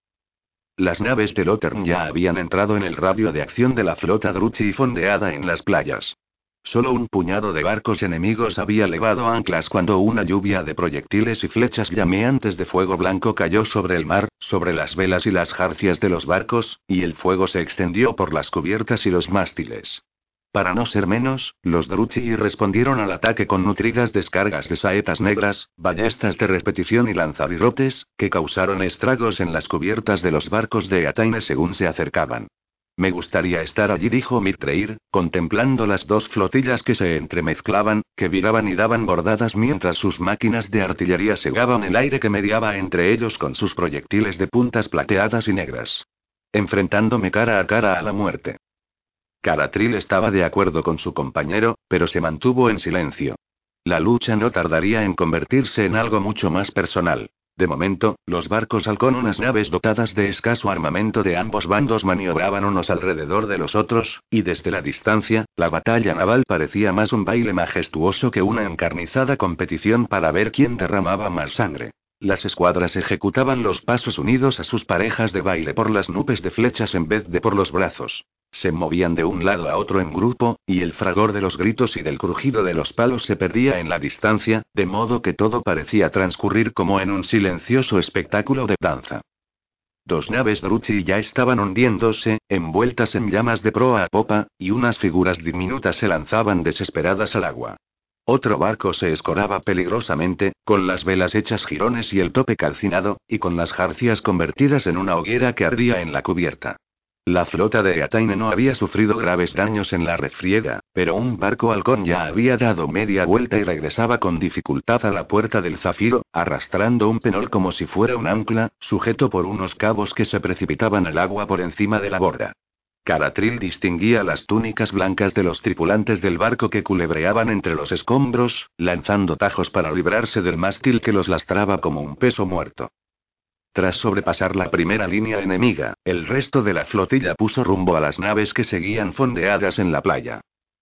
Las naves de Lothern ya habían entrado en el radio de acción de la flota Druchii fondeada en las playas. Solo un puñado de barcos enemigos había levado anclas cuando una lluvia de proyectiles y flechas llameantes de fuego blanco cayó sobre el mar, sobre las velas y las jarcias de los barcos, y el fuego se extendió por las cubiertas y los mástiles. Para no ser menos, los Druchii respondieron al ataque con nutridas descargas de saetas negras, ballestas de repetición y lanzavirotes, que causaron estragos en las cubiertas de los barcos de Ataine según se acercaban. Me gustaría estar allí, dijo Myrtreir, contemplando las dos flotillas que se entremezclaban, que viraban y daban bordadas mientras sus máquinas de artillería segaban el aire que mediaba entre ellos con sus proyectiles de puntas plateadas y negras. Enfrentándome cara a cara a la muerte. Caratril estaba de acuerdo con su compañero, pero se mantuvo en silencio. La lucha no tardaría en convertirse en algo mucho más personal. De momento, los barcos halcón, unas naves dotadas de escaso armamento de ambos bandos, maniobraban unos alrededor de los otros, y desde la distancia, la batalla naval parecía más un baile majestuoso que una encarnizada competición para ver quién derramaba más sangre. Las escuadras ejecutaban los pasos unidos a sus parejas de baile por las nubes de flechas en vez de por los brazos. Se movían de un lado a otro en grupo, y el fragor de los gritos y del crujido de los palos se perdía en la distancia, de modo que todo parecía transcurrir como en un silencioso espectáculo de danza. Dos naves Druchii ya estaban hundiéndose, envueltas en llamas de proa a popa, y unas figuras diminutas se lanzaban desesperadas al agua. Otro barco se escoraba peligrosamente, con las velas hechas jirones y el tope calcinado, y con las jarcias convertidas en una hoguera que ardía en la cubierta. La flota de Ataine no había sufrido graves daños en la refriega, pero un barco halcón ya había dado media vuelta y regresaba con dificultad a la puerta del Zafiro, arrastrando un penol como si fuera un ancla, sujeto por unos cabos que se precipitaban al agua por encima de la borda. Caratril distinguía las túnicas blancas de los tripulantes del barco que culebreaban entre los escombros, lanzando tajos para librarse del mástil que los lastraba como un peso muerto. Tras sobrepasar la primera línea enemiga, el resto de la flotilla puso rumbo a las naves que seguían fondeadas en la playa.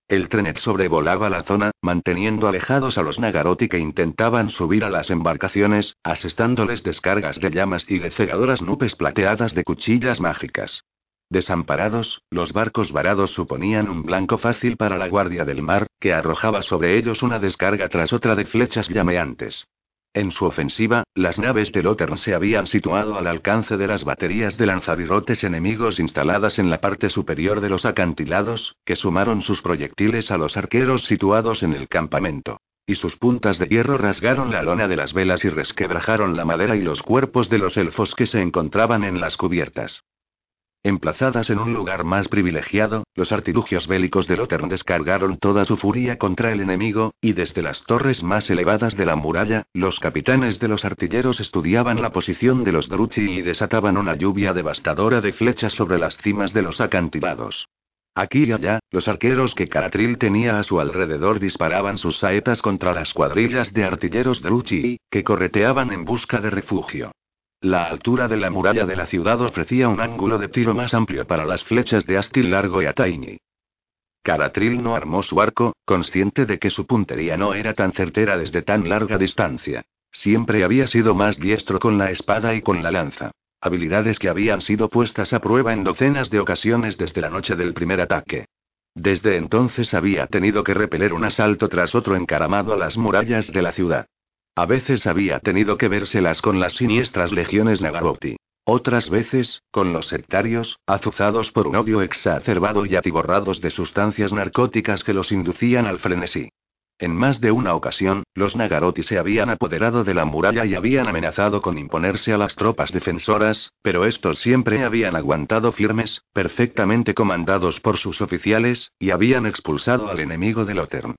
El Trenet sobrevolaba la zona, manteniendo alejados a los Nagarotti que intentaban subir a las embarcaciones, asestándoles descargas de llamas y de cegadoras nubes plateadas de cuchillas mágicas. Desamparados, los barcos varados suponían un blanco fácil para la Guardia del Mar, que arrojaba sobre ellos una descarga tras otra de flechas llameantes. En su ofensiva, las naves de Lothern se habían situado al alcance de las baterías de lanzavirrotes enemigos instaladas en la parte superior de los acantilados, que sumaron sus proyectiles a los arqueros situados en el campamento. Y sus puntas de hierro rasgaron la lona de las velas y resquebrajaron la madera y los cuerpos de los elfos que se encontraban en las cubiertas. Emplazadas en un lugar más privilegiado, los artilugios bélicos de Lothern descargaron toda su furia contra el enemigo, y desde las torres más elevadas de la muralla, los capitanes de los artilleros estudiaban la posición de los Druchi y desataban una lluvia devastadora de flechas sobre las cimas de los acantilados. Aquí y allá, los arqueros que Caratrill tenía a su alrededor disparaban sus saetas contra las cuadrillas de artilleros Druchi, que correteaban en busca de refugio. La altura de la muralla de la ciudad ofrecía un ángulo de tiro más amplio para las flechas de Astil Largo y Ataini. Caratrill no armó su arco, consciente de que su puntería no era tan certera desde tan larga distancia. Siempre había sido más diestro con la espada y con la lanza. Habilidades que habían sido puestas a prueba en docenas de ocasiones desde la noche del primer ataque. Desde entonces había tenido que repeler un asalto tras otro encaramado a las murallas de la ciudad. A veces había tenido que vérselas con las siniestras legiones Nagarotti. Otras veces, con los sectarios, azuzados por un odio exacerbado y atiborrados de sustancias narcóticas que los inducían al frenesí. En más de una ocasión, los Nagarotti se habían apoderado de la muralla y habían amenazado con imponerse a las tropas defensoras, pero estos siempre habían aguantado firmes, perfectamente comandados por sus oficiales, y habían expulsado al enemigo de Lothern.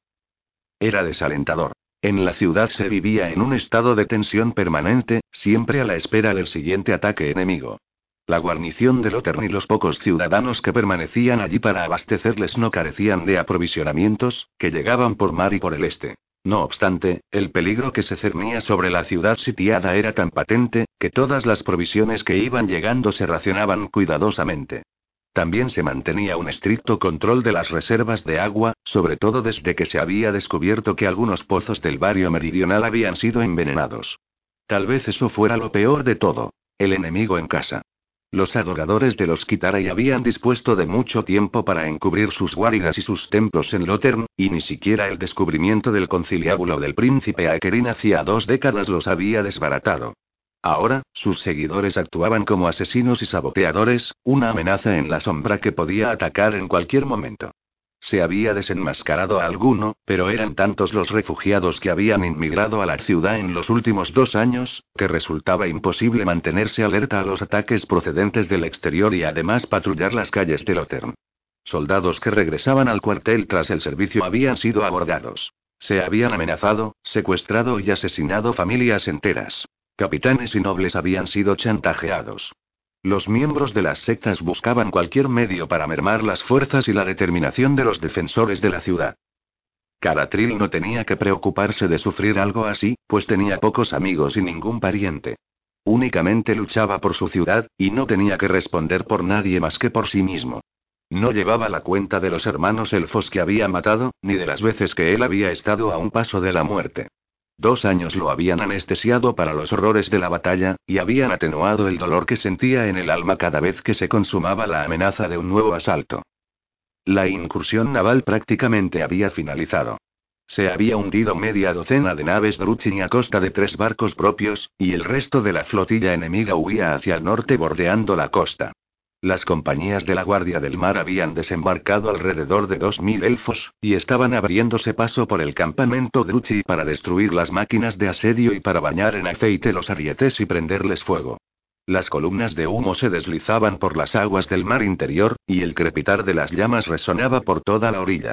Era desalentador. En la ciudad se vivía en un estado de tensión permanente, siempre a la espera del siguiente ataque enemigo. La guarnición de Lothern y los pocos ciudadanos que permanecían allí para abastecerles no carecían de aprovisionamientos, que llegaban por mar y por el este. No obstante, el peligro que se cernía sobre la ciudad sitiada era tan patente, que todas las provisiones que iban llegando se racionaban cuidadosamente. También se mantenía un estricto control de las reservas de agua, sobre todo desde que se había descubierto que algunos pozos del barrio meridional habían sido envenenados. Tal vez eso fuera lo peor de todo: el enemigo en casa. Los adoradores de los Kitarai habían dispuesto de mucho tiempo para encubrir sus guaridas y sus templos en Lothern, y ni siquiera el descubrimiento del conciliábulo del príncipe Aekerin hacía dos décadas los había desbaratado. Ahora, sus seguidores actuaban como asesinos y saboteadores, una amenaza en la sombra que podía atacar en cualquier momento. Se había desenmascarado a alguno, pero eran tantos los refugiados que habían inmigrado a la ciudad en los últimos dos años, que resultaba imposible mantenerse alerta a los ataques procedentes del exterior y además patrullar las calles de Lothern. Soldados que regresaban al cuartel tras el servicio habían sido abordados. Se habían amenazado, secuestrado y asesinado familias enteras. Capitanes y nobles habían sido chantajeados. Los miembros de las sectas buscaban cualquier medio para mermar las fuerzas y la determinación de los defensores de la ciudad. Caratrill no tenía que preocuparse de sufrir algo así, pues tenía pocos amigos y ningún pariente. Únicamente luchaba por su ciudad, y no tenía que responder por nadie más que por sí mismo. No llevaba la cuenta de los hermanos elfos que había matado, ni de las veces que él había estado a un paso de la muerte. Dos años lo habían anestesiado para los horrores de la batalla, y habían atenuado el dolor que sentía en el alma cada vez que se consumaba la amenaza de un nuevo asalto. La incursión naval prácticamente había finalizado. Se había hundido media docena de naves Druchi a costa de tres barcos propios, y el resto de la flotilla enemiga huía hacia el norte bordeando la costa. Las compañías de la Guardia del Mar habían desembarcado alrededor de dos mil elfos, y estaban abriéndose paso por el campamento Druchi para destruir las máquinas de asedio y para bañar en aceite los arietes y prenderles fuego. Las columnas de humo se deslizaban por las aguas del mar interior, y el crepitar de las llamas resonaba por toda la orilla.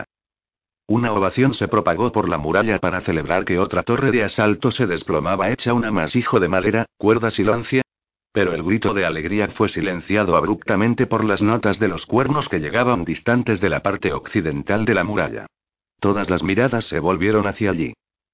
Una ovación se propagó por la muralla para celebrar que otra torre de asalto se desplomaba hecha un amasijo de madera, cuerdas y lancia. Pero el grito de alegría fue silenciado abruptamente por las notas de los cuernos que llegaban distantes de la parte occidental de la muralla. Todas las miradas se volvieron hacia allí.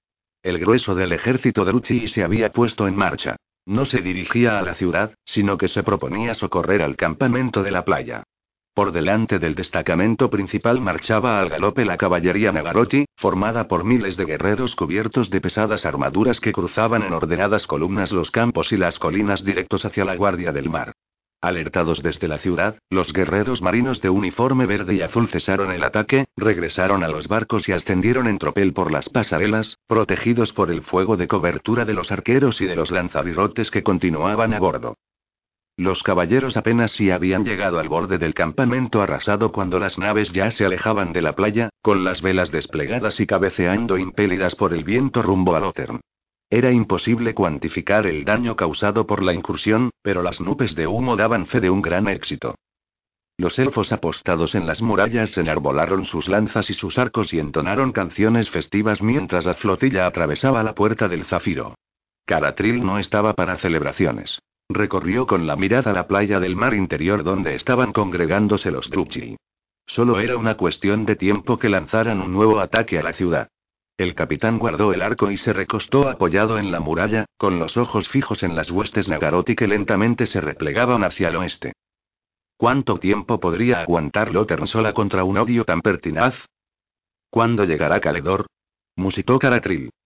El grueso del ejército Druchi se había puesto en marcha. No se dirigía a la ciudad, sino que se proponía socorrer al campamento de la playa. Por delante del destacamento principal marchaba al galope la caballería Nagarotti, formada por miles de guerreros cubiertos de pesadas armaduras que cruzaban en ordenadas columnas los campos y las colinas directos hacia la Guardia del Mar. Alertados desde la ciudad, los guerreros marinos de uniforme verde y azul cesaron el ataque, regresaron a los barcos y ascendieron en tropel por las pasarelas, protegidos por el fuego de cobertura de los arqueros y de los lanzavirotes que continuaban a bordo. Los caballeros apenas si habían llegado al borde del campamento arrasado cuando las naves ya se alejaban de la playa, con las velas desplegadas y cabeceando impelidas por el viento rumbo a Lothern. Era imposible cuantificar el daño causado por la incursión, pero las nubes de humo daban fe de un gran éxito. Los elfos apostados en las murallas enarbolaron sus lanzas y sus arcos y entonaron canciones festivas mientras la flotilla atravesaba la puerta del Zafiro. Caratril no estaba para celebraciones. Recorrió con la mirada la playa del mar interior donde estaban congregándose los Drukgyal. Solo era una cuestión de tiempo que lanzaran un nuevo ataque a la ciudad. El capitán guardó el arco y se recostó apoyado en la muralla, con los ojos fijos en las huestes Nagarotti que lentamente se replegaban hacia el oeste. ¿Cuánto tiempo podría aguantar Lothern sola contra un odio tan pertinaz? ¿Cuándo llegará Caledor? Musitó Caratril.